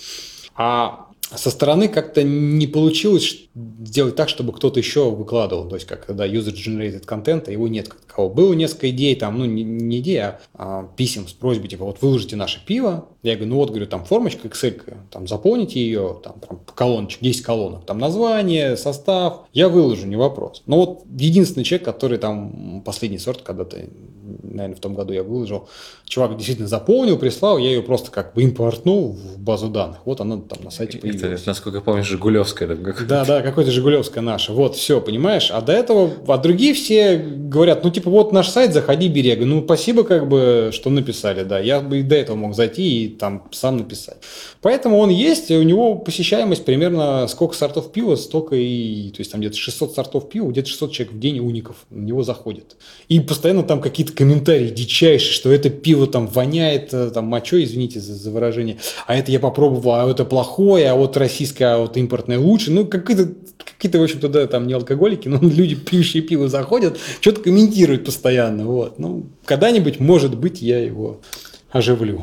а со стороны как-то не получилось сделать так, чтобы кто-то еще выкладывал. То есть, как когда user-generated контента, его нет как такового. Было несколько идей, там, ну, не, не идей, а, а писем с просьбой, типа, вот выложите наше пиво. Я говорю, ну вот, говорю, там формочка Excel, там, заполните ее, там, там колоночек, десять колонок, там, название, состав, я выложу, не вопрос. Но вот единственный человек, который там, последний сорт, когда-то, наверное, в том году я выложил, чувак действительно заполнил, прислал, я ее просто как бы импортнул в базу данных. Вот она там на сайте появилась. Это, насколько я помню, Жигулевская. Там как... Да, да, какое-то Жигулевская наша. Вот, все, понимаешь? А до этого, а другие все говорят, ну, типа, вот наш сайт, заходи, бери. Я говорю, ну, спасибо, как бы, что написали, да. Я бы и до этого мог зайти и там сам написать. Поэтому он есть, и у него посещаемость примерно сколько сортов пива, столько и... То есть там где-то шестьсот сортов пива, где-то шестьсот человек в день уников на него заходит. И постоянно там какие-то комментарии дичайшие, что это пиво там воняет, там, мочой, извините за, за выражение, а это я попробовал, а это плохое, а вот российское, а вот импортное лучше. Ну, какие-то, какие-то в общем-то, да, там не алкоголики, но люди, пьющие пиво, заходят, что-то комментируют постоянно. Вот. Ну, когда-нибудь, может быть, я его оживлю.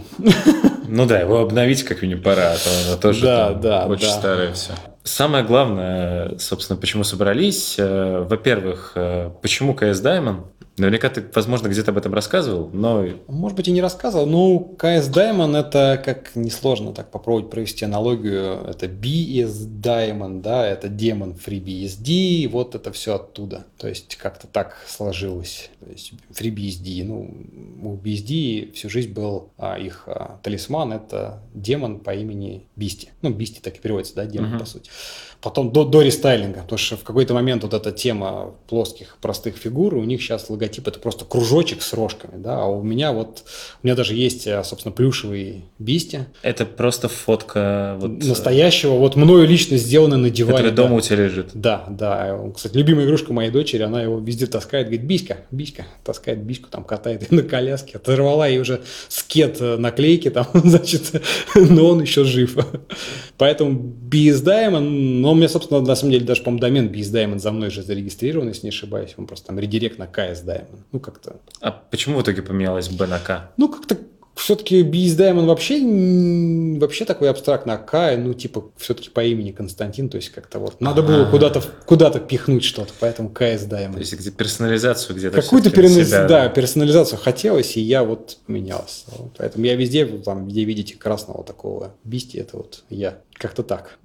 Ну да, его обновить как минимум пора, а то оно тоже да, там да, очень да. старое все. Самое главное, собственно, почему собрались, во-первых, почему кей эс Diamond? Наверняка ты, возможно, где-то об этом рассказывал, но... Может быть, и не рассказывал. Ну, кей эс Diamond – это, как несложно так попробовать провести аналогию, это би эс Diamond, да, это демон FreeBSD, вот это все оттуда. То есть, как-то так сложилось. То есть, FreeBSD, ну, у би эс ди всю жизнь был а, их а, талисман, это демон по имени Бисти. Ну, Бисти так и переводится, да, демон, uh-huh. по сути. Потом до, до рестайлинга, потому что в какой-то момент вот эта тема плоских простых фигур, у них сейчас логотип это просто кружочек с рожками, да, а у меня вот, у меня даже есть, собственно, плюшевый Бисти. Это просто фотка вот... настоящего, вот мною лично сделанный на диване. Который да. дома у тебя лежит. Да, да, кстати, любимая игрушка моей дочери, она его везде таскает, говорит, Биська, Биська, таскает Биську, там катает ее на коляске, оторвала ей уже скет наклейки там, значит, но он еще жив. Поэтому би эс Diamond, но у меня, собственно, на самом деле даже, по-моему, домен би эс Diamond за мной же зарегистрирован, если не ошибаюсь. Он просто там редирект на кей эс Diamond. Ну, как-то... А почему в итоге поменялось B на K? Ну, как-то Все-таки Beast Diamond вообще, вообще такой абстрактный, а Кай, ну, типа, все-таки по имени Константин, то есть как-то вот надо было куда-то, куда-то пихнуть что-то, поэтому Кай с Diamond. То есть где персонализацию где-то Какую-то всё-таки на персонализ... себя, да, персонализацию хотелось, и я вот поменялся. Вот. Поэтому я везде, там, где видите красного такого бисти, это вот я. Как-то так.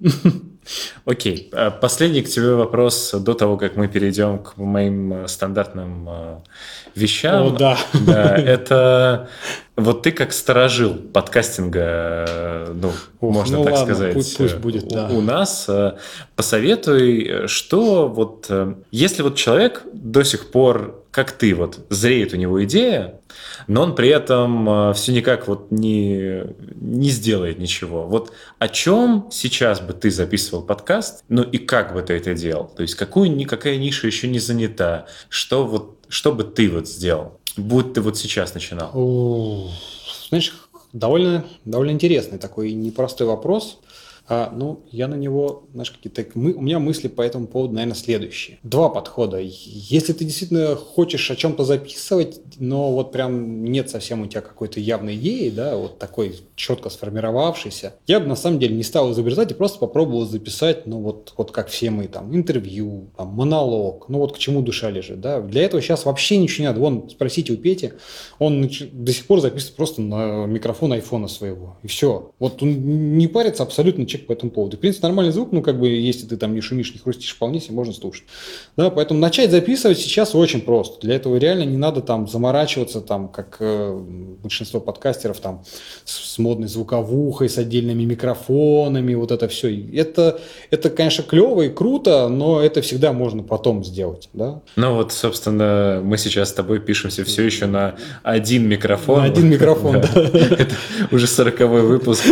Окей. А Последний к тебе вопрос до того, как мы перейдем к моим э, стандартным э, вещам. О, да. Да, это вот ты как сторожил подкастинга, э, ну, Ух, можно ну так ладно, сказать, пусть- пусть э, будет, у, да. у нас, э, посоветуй, э, что вот, э, если вот человек до сих пор, как ты, вот, зреет у него идея, но он при этом все никак вот не, не сделает ничего. Вот о чем сейчас бы ты записывал подкаст, ну и как бы ты это делал? То есть какую, ни- какая ниша еще не занята? Что, вот, что бы ты вот сделал, будь ты вот сейчас начинал? О, Знаешь, довольно, довольно интересный такой непростой вопрос. А, ну, я на него, знаешь, какие-то... Мы, у меня мысли по этому поводу, наверное, следующие. Два подхода. Если ты действительно хочешь о чем-то записывать, но вот прям нет совсем у тебя какой-то явной идеи, да, вот такой четко сформировавшейся, я бы на самом деле не стал изобретать и просто попробовал записать, ну вот, вот как все мы, там, интервью, там, монолог, ну вот к чему душа лежит, да. Для этого сейчас вообще ничего не надо. Вон, спросите у Пети, он нач- до сих пор записывает просто на микрофон айфона своего. И все. Вот он не парится абсолютно человек по этому поводу. В принципе, нормальный звук, ну, как бы, если ты там не шумишь, не хрустишь, вполне себе можно слушать. Да, поэтому начать записывать сейчас очень просто. Для этого реально не надо там заморачиваться, там, как э, большинство подкастеров, там, с, с модной звуковухой, с отдельными микрофонами, вот это все. Это, это, конечно, клево и круто, но это всегда можно потом сделать, да. Ну вот, собственно, мы сейчас с тобой пишемся все еще на один микрофон. На один микрофон, да. Это уже сороковой выпуск.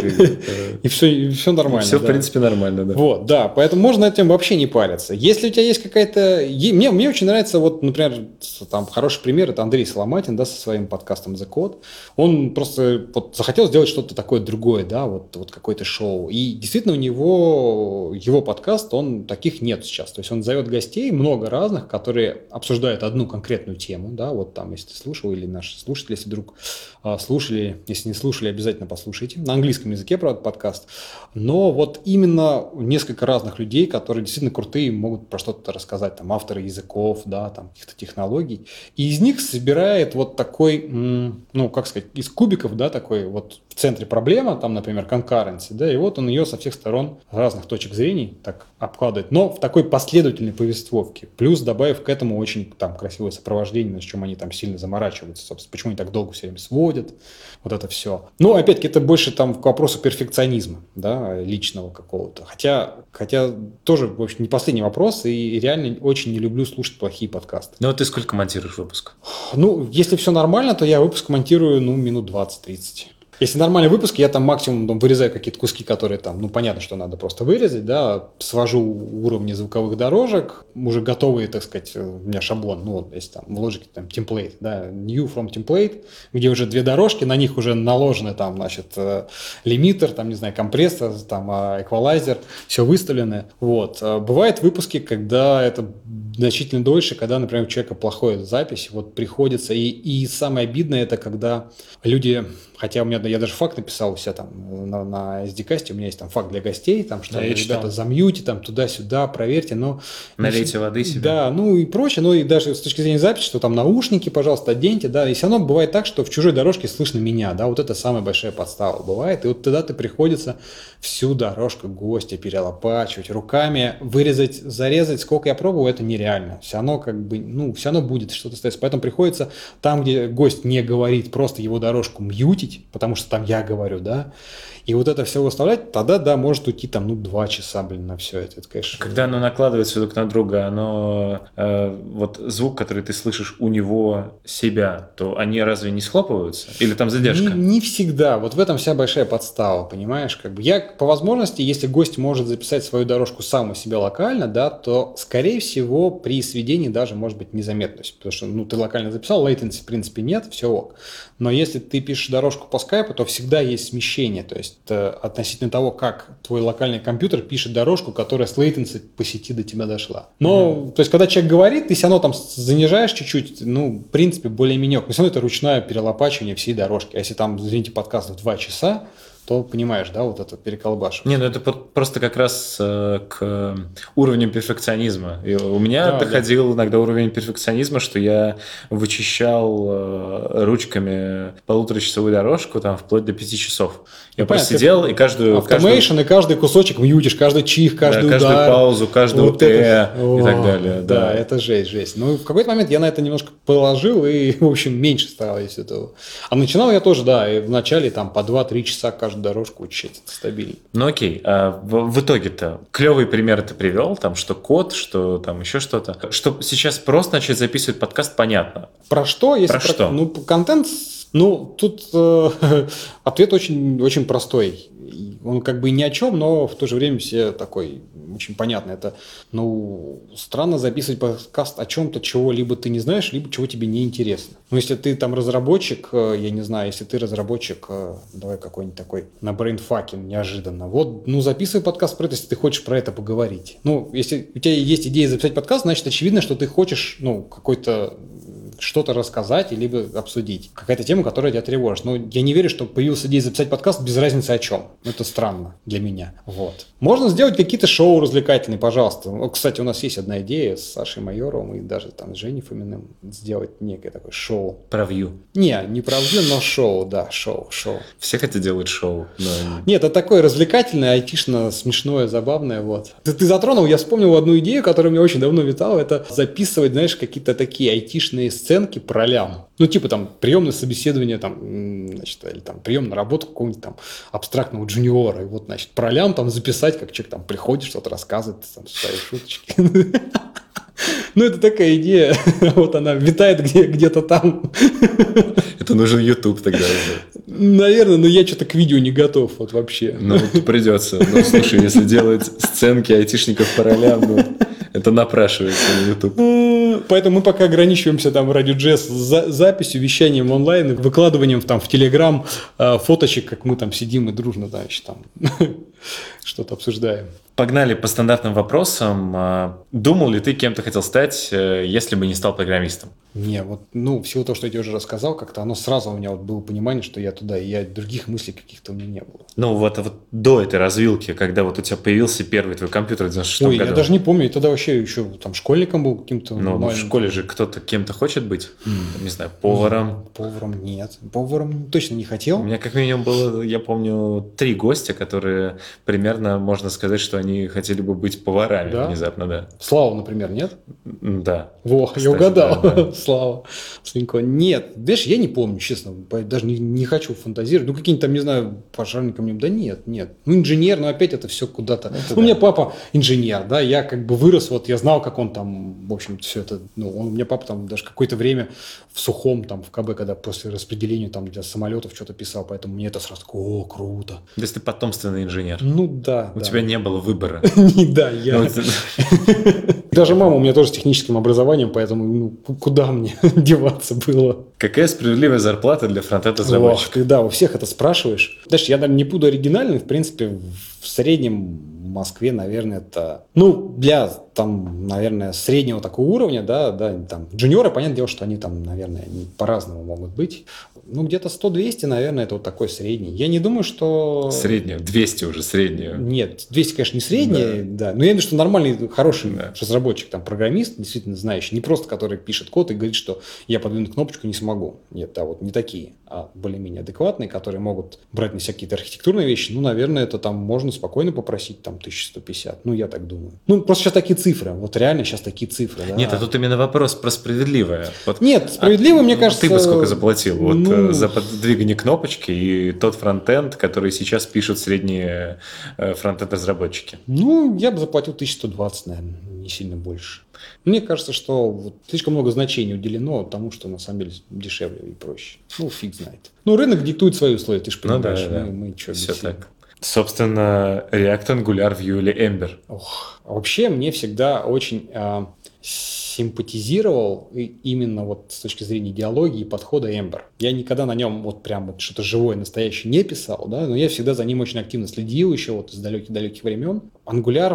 И все, и все нормально. Все, в да. принципе, нормально, да. Вот, да, поэтому можно этим вообще не париться. Если у тебя есть какая-то... е- Мне, мне очень нравится, вот, например, с- там хороший пример, это Андрей Соломатин, да, со своим подкастом The Code. Он просто вот захотел сделать что-то такое другое, да, вот, вот какое-то шоу. И действительно у него, его подкаст, он таких нет сейчас. То есть он зовет гостей, много разных, которые обсуждают одну конкретную тему, да, вот там, если ты слушал, или наши слушатели, если вдруг а, слушали, если не слушали, обязательно послушайте. На английском языке, правда, подкаст. Но вот именно несколько разных людей, которые действительно крутые, могут про что-то рассказать, там, авторы языков, да, там, каких-то технологий. И из них собирает вот такой, м, ну, как сказать, из кубиков, да, такой вот в центре проблема, там, например, concurrency, да, и вот он ее со всех сторон разных точек зрения так обкладывает, но в такой последовательной повествовке. Плюс добавив к этому очень там красивое сопровождение, на чем они там сильно заморачиваются, собственно, почему они так долго все время сводят, вот это все. Ну, опять-таки, это больше там к вопросу перфекционизма, да, личного какого-то. Хотя, хотя тоже, в общем, не последний вопрос, и реально очень не люблю слушать плохие подкасты. Ну, а ты сколько монтируешь выпуск? Ну, если все нормально, то я выпуск монтирую, ну, минут двадцать-тридцать. Если нормальный выпуск, я там максимум там, вырезаю какие-то куски, которые там, ну, понятно, что надо просто вырезать, да, свожу уровни звуковых дорожек, уже готовые, так сказать, у меня шаблон, ну, вот есть там в Logic там template, да, new from template, где уже две дорожки, на них уже наложены там, значит, э, лимитер, там, не знаю, компрессор, там, э, эквалайзер, все выставлено, вот. А бывают выпуски, когда это значительно дольше, когда, например, у человека плохая запись, вот приходится, и, и самое обидное, это когда люди, хотя у меня, я даже факт написал у себя там на, на эс ди-касте, у меня есть там факт для гостей, там, что Да, я ребята, читал. замьюте, там, туда-сюда, проверьте, но... Налейте воды себе. Да, ну и прочее, ну и даже с точки зрения записи, что там наушники, пожалуйста, оденьте, да, и все равно бывает так, что в чужой дорожке слышно меня, да, вот это самая большая подстава бывает, и вот тогда ты приходится всю дорожку гостя перелопачивать, руками вырезать, зарезать, сколько я пробовал, это нереально, все равно как бы, ну, все равно будет что-то остается, поэтому приходится там, где гость не говорит, просто его дорожку мьютить, потому что там я говорю, да, и вот это все выставлять, тогда, да, может уйти там, ну, два часа, блин, на все это, это, конечно... Когда оно накладывается друг на друга, оно, э, вот звук, который ты слышишь у него, себя, то они разве не схлопываются? Или там задержка? Не, не всегда. Вот в этом вся большая подстава, понимаешь? Как бы я по возможности, если гость может записать свою дорожку сам у себя локально, да, то, скорее всего, при сведении даже может быть незаметно. То есть, потому что ну, ты локально записал, latency в принципе нет, все ок. Но если ты пишешь дорожку по скайпу, то всегда есть смещение. То есть э, относительно того, как твой локальный компьютер пишет дорожку, которая с latency по сети до тебя дошла. Но, mm-hmm. то есть, когда человек говорит, ты все равно там занижаешь чуть-чуть, ну, в принципе, более-менее. Но все равно это ручное перелопачивание всей дорожки. А если там, извините, подкаст в два часа, то понимаешь, да, вот это переколбашивание. Не, ну это просто как раз э, к уровню перфекционизма. И у меня да, доходил да. иногда уровень перфекционизма, что я вычищал э, ручками полуторачасовую дорожку там вплоть до пяти часов. Я ну, просто понятно, сидел и каждую... Автомейшн, каждую... и каждый кусочек мьютишь, каждый чих, каждый да, удар. Каждую паузу, каждую вот Т это... и так далее. Да, да, это жесть, жесть. Ну, в какой-то момент я на это немножко положил и, в общем, меньше старался этого. А начинал я тоже, да, и вначале там по два-три часа каждую дорожку учить, это стабильно. Ну окей, а в, в итоге-то клевый пример ты привел, там что код, что там еще что-то. Что сейчас просто начать записывать подкаст, понятно. Про что? Если про, про что? Ну, контент, ну, тут э, ответ очень, очень простой. Он как бы ни о чем, но в то же время все такой очень понятный. Это, ну, странно записывать подкаст о чем-то, чего либо ты не знаешь, либо чего тебе не интересно. Ну, если ты там разработчик, я не знаю, если ты разработчик, давай какой-нибудь такой на брейнфаке неожиданно. Вот, ну, записывай подкаст про это, если ты хочешь про это поговорить. Ну, если у тебя есть идея записать подкаст, значит, очевидно, что ты хочешь, ну, какой-то что-то рассказать, либо обсудить. Какая-то тема, которая тебя тревожит. Но я не верю, что появилась идея записать подкаст без разницы о чем. Это странно для меня. Вот. Можно сделать какие-то шоу развлекательные, пожалуйста. Ну, кстати, у нас есть одна идея с Сашей Майоровым и даже там с Женей Фоминым сделать некое такое шоу. Про вью. Не, не про вью, но шоу, да, шоу, шоу. Все хотят делать шоу. Но... Нет, это такое развлекательное, айтишно, смешное, забавное, вот. Ты, ты затронул, я вспомнил одну идею, которая мне очень давно витала, это записывать, знаешь, какие-то такие айтишные сценки про лям. Ну, типа там приемное собеседование, там, значит, или там прием на работу какого-нибудь там абстрактного джуниора. И вот, значит, про лям там записать, как человек там приходит, что-то рассказывает, там, свои шуточки. Ну, это такая идея, вот она витает где- где-то там. Это нужен YouTube тогда уже. Наверное, но я что-то к видео не готов, вот вообще. Ну, придется. Ну, слушай, если делать сценки айтишников по ролям, ну, это напрашивается на YouTube. Поэтому мы пока ограничиваемся там радио джаз за- записью, вещанием онлайн, выкладыванием там в Телеграм э, фоточек, как мы там сидим и дружно, значит, там что-то обсуждаем. Погнали по стандартным вопросам. Думал ли ты, кем ты хотел стать, если бы не стал программистом? Не, вот, ну, в силу того, что я тебе уже рассказал, как-то оно сразу у меня вот было понимание, что я туда, и я других мыслей каких-то у меня не было. Ну, вот, вот до этой развилки, когда вот у тебя появился первый твой компьютер в девяносто шестом Ой, году. я даже не помню, я тогда вообще еще там школьником был каким-то. Ну, в школе же кто-то кем-то хочет быть, mm. не знаю, поваром. Поваром нет, поваром точно не хотел. У меня как минимум было, я помню, три гостя, которые примерно, можно сказать, что они хотели бы быть поварами да? внезапно, да. Слава, например, нет? Да. Во, кстати, я угадал. Да, да. Слава. Слинько. Нет, знаешь, я не помню, честно, даже не, не хочу фантазировать. Ну, какие-нибудь там, не знаю, пожарником, да нет, нет. Ну, инженер, но опять это все куда-то. Это у да. меня папа инженер, да, я как бы вырос, вот я знал, как он там, в общем, все это, ну, он, у меня папа там даже какое-то время в Сухом, там, в КБ, когда после распределения там для самолетов что-то писал, поэтому мне это сразу, о, круто. То есть ты потомственный инженер? Ну, да. У да. тебя не было выбора? Да, я... Даже мама у меня тоже с техническим образованием, поэтому ну, куда мне деваться было. Какая справедливая зарплата для фронтенд-разработчика? Ты да, у всех это спрашиваешь. Дальше я, наверное, не буду оригинальным. В принципе, в среднем в Москве, наверное, это... Ну, для, там, наверное, среднего такого уровня, да, да, там, джуниоры, понятное дело, что они там, наверное, по-разному могут быть. Ну, где-то сто-двести, наверное, это вот такой средний. Я не думаю, что... Среднюю? двести уже среднюю? Нет, двести, конечно, не средний, да. да. Но я имею в виду, что нормальный, хороший да. разработчик, там, программист, действительно знающий, не просто который пишет код и говорит, что я подвинуть кнопочку не смогу. Нет, да, вот не такие, а более-менее адекватные, которые могут брать на себя какие-то архитектурные вещи. Ну, наверное, это там можно спокойно попросить, там, тысяча сто пятьдесят. Ну, я так думаю. Ну, просто сейчас такие цифры. Вот реально сейчас такие цифры. Да. Нет, а тут именно вопрос про справедливое. Вот, Нет, справедливо, а, мне кажется... Ты бы сколько заплатил? Вот ну... за подвигание кнопочки и тот фронтенд, который сейчас пишут средние фронтенд-разработчики. Ну, я бы заплатил тысяча сто двадцать, наверное, не сильно больше. Мне кажется, что вот слишком много значений уделено тому, что на самом деле дешевле и проще. Ну, фиг знает. Ну, рынок диктует свои условия, ты же понимаешь. Ну, да, да. Мы, мы что, все так. Собственно, React, Angular, Vue или Ember? Ох, вообще мне всегда очень... А, симпатизировал именно вот с точки зрения идеологии и подхода Ember. Я никогда на нем вот прям вот что-то живое, настоящее не писал, да, но я всегда за ним очень активно следил еще вот с далеких-далеких времен. Angular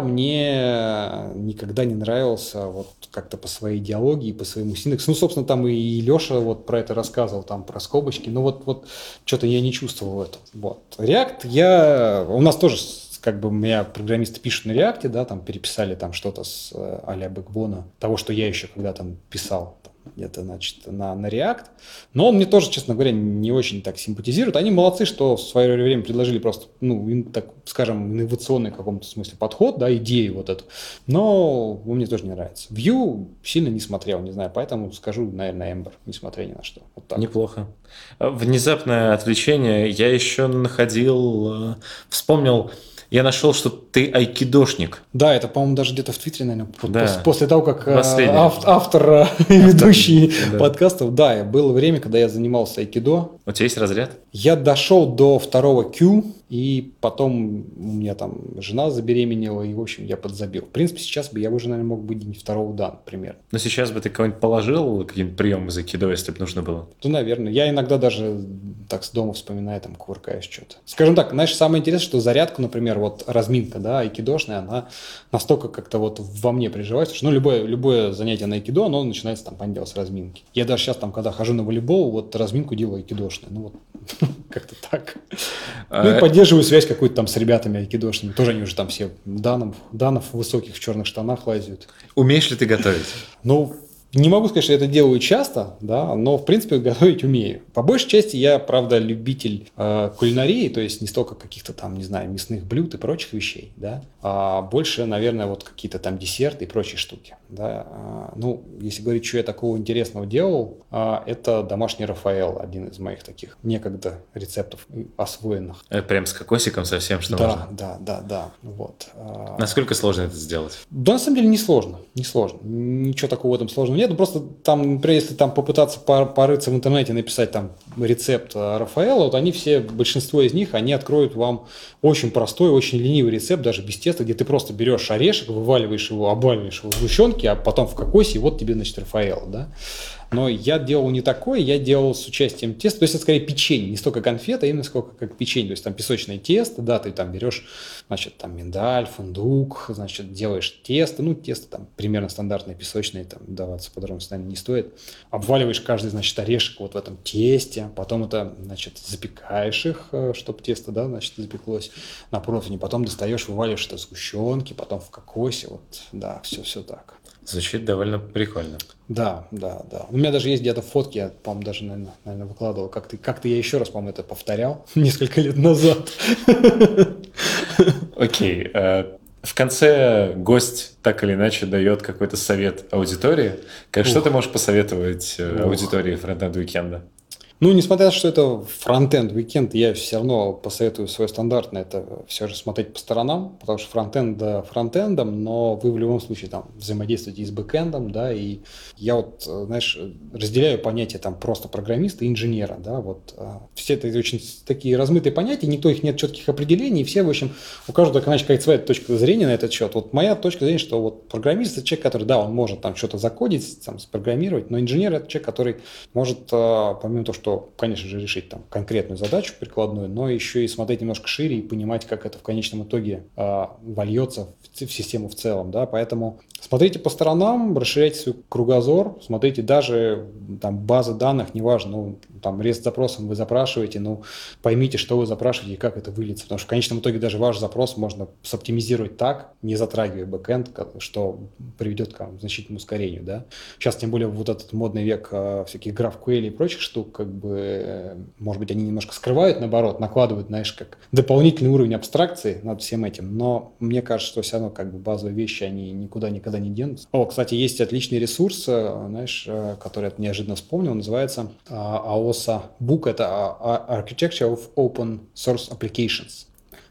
мне никогда не нравился вот как-то по своей идеологии, по своему синтаксу. Ну, собственно, там и Леша вот про это рассказывал, там про скобочки, но вот, вот что-то я не чувствовал этого. Вот. React я... У нас тоже как бы у меня программисты пишут на React, да, там переписали там что-то с а-ля бэкбона, того, что я еще когда там писал там, где-то, значит, на, на React. Но он мне тоже, честно говоря, не очень так симпатизирует. Они молодцы, что в свое время предложили просто, ну, так скажем, инновационный в каком-то смысле подход, да, идею вот эту. Но он мне тоже не нравится. Vue сильно не смотрел, не знаю, поэтому скажу, наверное, Ember, несмотря ни на что. Вот так. Неплохо. Внезапное отвлечение. Я еще находил, вспомнил, я нашел, что ты айкидошник. Да, это, по-моему, даже где-то в Твиттере, наверное, да. после, после того, как Последний. ав- автор и ведущий да. подкастов, да, было время, когда я занимался айкидо. У тебя есть разряд? Я дошел до второго Q, и потом у меня там жена забеременела, и, в общем, я подзабил. В принципе, сейчас бы я уже, наверное, мог быть не второго дан, например. Но сейчас бы ты кого-нибудь положил, какие-нибудь приемы из айкидо, если бы нужно было? Ну, наверное. Я иногда даже так с дома вспоминаю, там, кувыркаюсь что-то. Скажем так, знаешь, самое интересное, что зарядку, например, вот разминка, да, айкидошная, она настолько как-то вот во мне приживается, что, ну, любое, любое занятие на айкидо, оно начинается там, понятное дело, с разминки. Я даже сейчас там, когда хожу на волейбол, вот разминку делаю айкидошную. Ну, вот как-то так. Ну, и поддерживаю связь какую-то там с ребятами айкидошными. Тоже они уже там все данов, данов высоких в черных штанах лазят. Умеешь ли ты готовить? Ну, не могу сказать, что я это делаю часто, да, но, в принципе, готовить умею. По большей части я, правда, любитель э, кулинарии, то есть не столько каких-то там, не знаю, мясных блюд и прочих вещей, да, а больше, наверное, вот какие-то там десерты и прочие штуки, да. А, ну, если говорить, что я такого интересного делал, а, это домашний Рафаэл, один из моих таких некогда рецептов освоенных. Это прям с кокосиком совсем, что да, можно? Да, да, да, да, вот. Насколько сложно это сделать? Да, на самом деле, не сложно, не сложно. Ничего такого в этом сложного нет. Ну, просто там, например, если там попытаться порыться в интернете, написать там рецепт Рафаэла, вот они все, большинство из них, они откроют вам очень простой, очень ленивый рецепт, даже без теста, где ты просто берешь орешек, вываливаешь его, обваливаешь его в сгущенке, а потом в кокосе, и вот тебе, значит, Рафаэл, да. Но я делал не такое, я делал с участием теста, то есть это скорее печенье, не столько конфета, а именно сколько как печенье, то есть там песочное тесто, да, ты там берешь, значит, там миндаль, фундук, значит, делаешь тесто, ну, тесто там примерно стандартное песочное, там даваться подробности, наверное, не стоит, обваливаешь каждый, значит, орешек вот в этом тесте, потом это, значит, запекаешь их, чтобы тесто, да, значит, запеклось на противне, потом достаешь, вываливаешь это в сгущенке, потом в кокосе, вот, да, все-все так. Звучит довольно прикольно. Да, да, да. У меня даже есть где-то фотки, я, по-моему, даже, наверное, наверное выкладывал. Как-то, как-то я еще раз, по-моему, это повторял несколько лет назад. Окей. В конце гость так или иначе дает какой-то совет аудитории. Что ты можешь посоветовать аудитории фронтенд уикенда? Ну, несмотря на то, что это фронтенд уикенд, я все равно посоветую свое стандартное, это все же смотреть по сторонам, потому что фронтенд да, фронтендом, но вы в любом случае там взаимодействуете и с бэкэндом, да, и я вот, знаешь, разделяю понятия там просто программиста и инженера, да, вот все это очень такие размытые понятия, никто их нет четких определений, и все, в общем, у каждого, конечно, какая-то своя точка зрения на этот счет. Вот моя точка зрения, что вот программист – это человек, который, да, он может там что-то закодить, там, спрограммировать, но инженер – это человек, который может, помимо того, что что, конечно же, решить там конкретную задачу прикладную, но еще и смотреть немножко шире и понимать, как это в конечном итоге э, вольется в, в систему в целом, да, поэтому смотрите по сторонам, расширяйте свой кругозор, смотрите даже там базы данных, неважно, ну, там рест запросом вы запрашиваете, ну, поймите, что вы запрашиваете и как это выльется, потому что в конечном итоге даже ваш запрос можно соптимизировать так, не затрагивая бэкэнд, что приведет к значительному ускорению, да. Сейчас, тем более, вот этот модный век э, всяких GraphQL и прочих штук, как бы, может быть, они немножко скрывают, наоборот, накладывают, знаешь, как дополнительный уровень абстракции над всем этим, но мне кажется, что все равно как бы базовые вещи, они никуда никогда не денутся. О, кстати, есть отличный ресурс, знаешь, который я неожиданно вспомнил, называется эй о эс Book, это Architecture of Open Source Applications.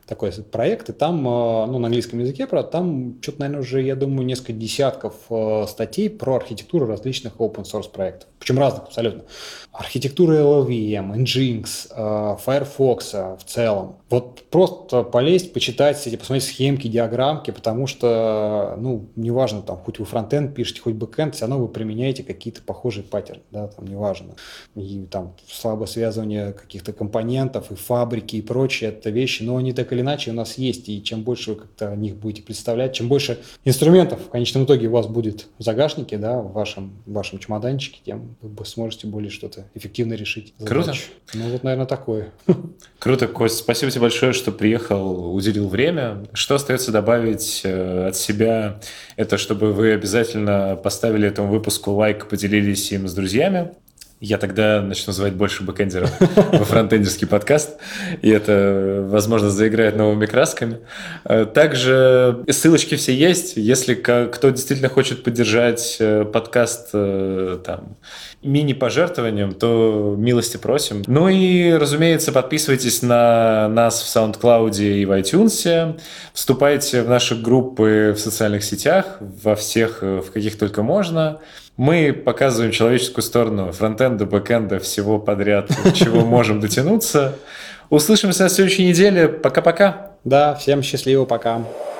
такой проект, и там, э, ну, на английском языке, правда, там что-то, наверное, уже, я думаю, несколько десятков э, статей про архитектуру различных open source проектов, причем разных абсолютно. Архитектура эл эл ви эм, Nginx, э, Firefox в целом. Вот просто полезть, почитать эти, посмотреть схемки, диаграммки, потому что, ну, неважно, там, хоть вы фронтенд пишете, хоть бэкенд, все равно вы применяете какие-то похожие паттерны, да, там, неважно. И там слабое связывание каких-то компонентов и фабрики и прочее, это вещи, но они так или иначе у нас есть, и чем больше вы как-то о них будете представлять, чем больше инструментов в конечном итоге у вас будет в загашнике, да, в вашем, в вашем чемоданчике, тем вы сможете более что-то эффективно решить. Круто. Задачу. Ну вот, наверное, такое. Круто, Кость. Спасибо тебе большое, что приехал, уделил время. Что остается добавить э, от себя? Это чтобы вы обязательно поставили этому выпуску лайк, поделились им с друзьями. Я тогда начну звать больше бэкэндеров во фронтендерский подкаст, и это, возможно, заиграет новыми красками. Также ссылочки все есть. Если кто действительно хочет поддержать подкаст там, мини-пожертвованием, то милости просим. Ну и, разумеется, подписывайтесь на нас в SoundCloud и в iTunes. Вступайте в наши группы в социальных сетях, во всех, в каких только можно. Мы показываем человеческую сторону фронтенда, бэкенда, всего подряд, чего можем дотянуться. Услышимся на следующей неделе. Пока-пока. Да, всем счастливо, пока.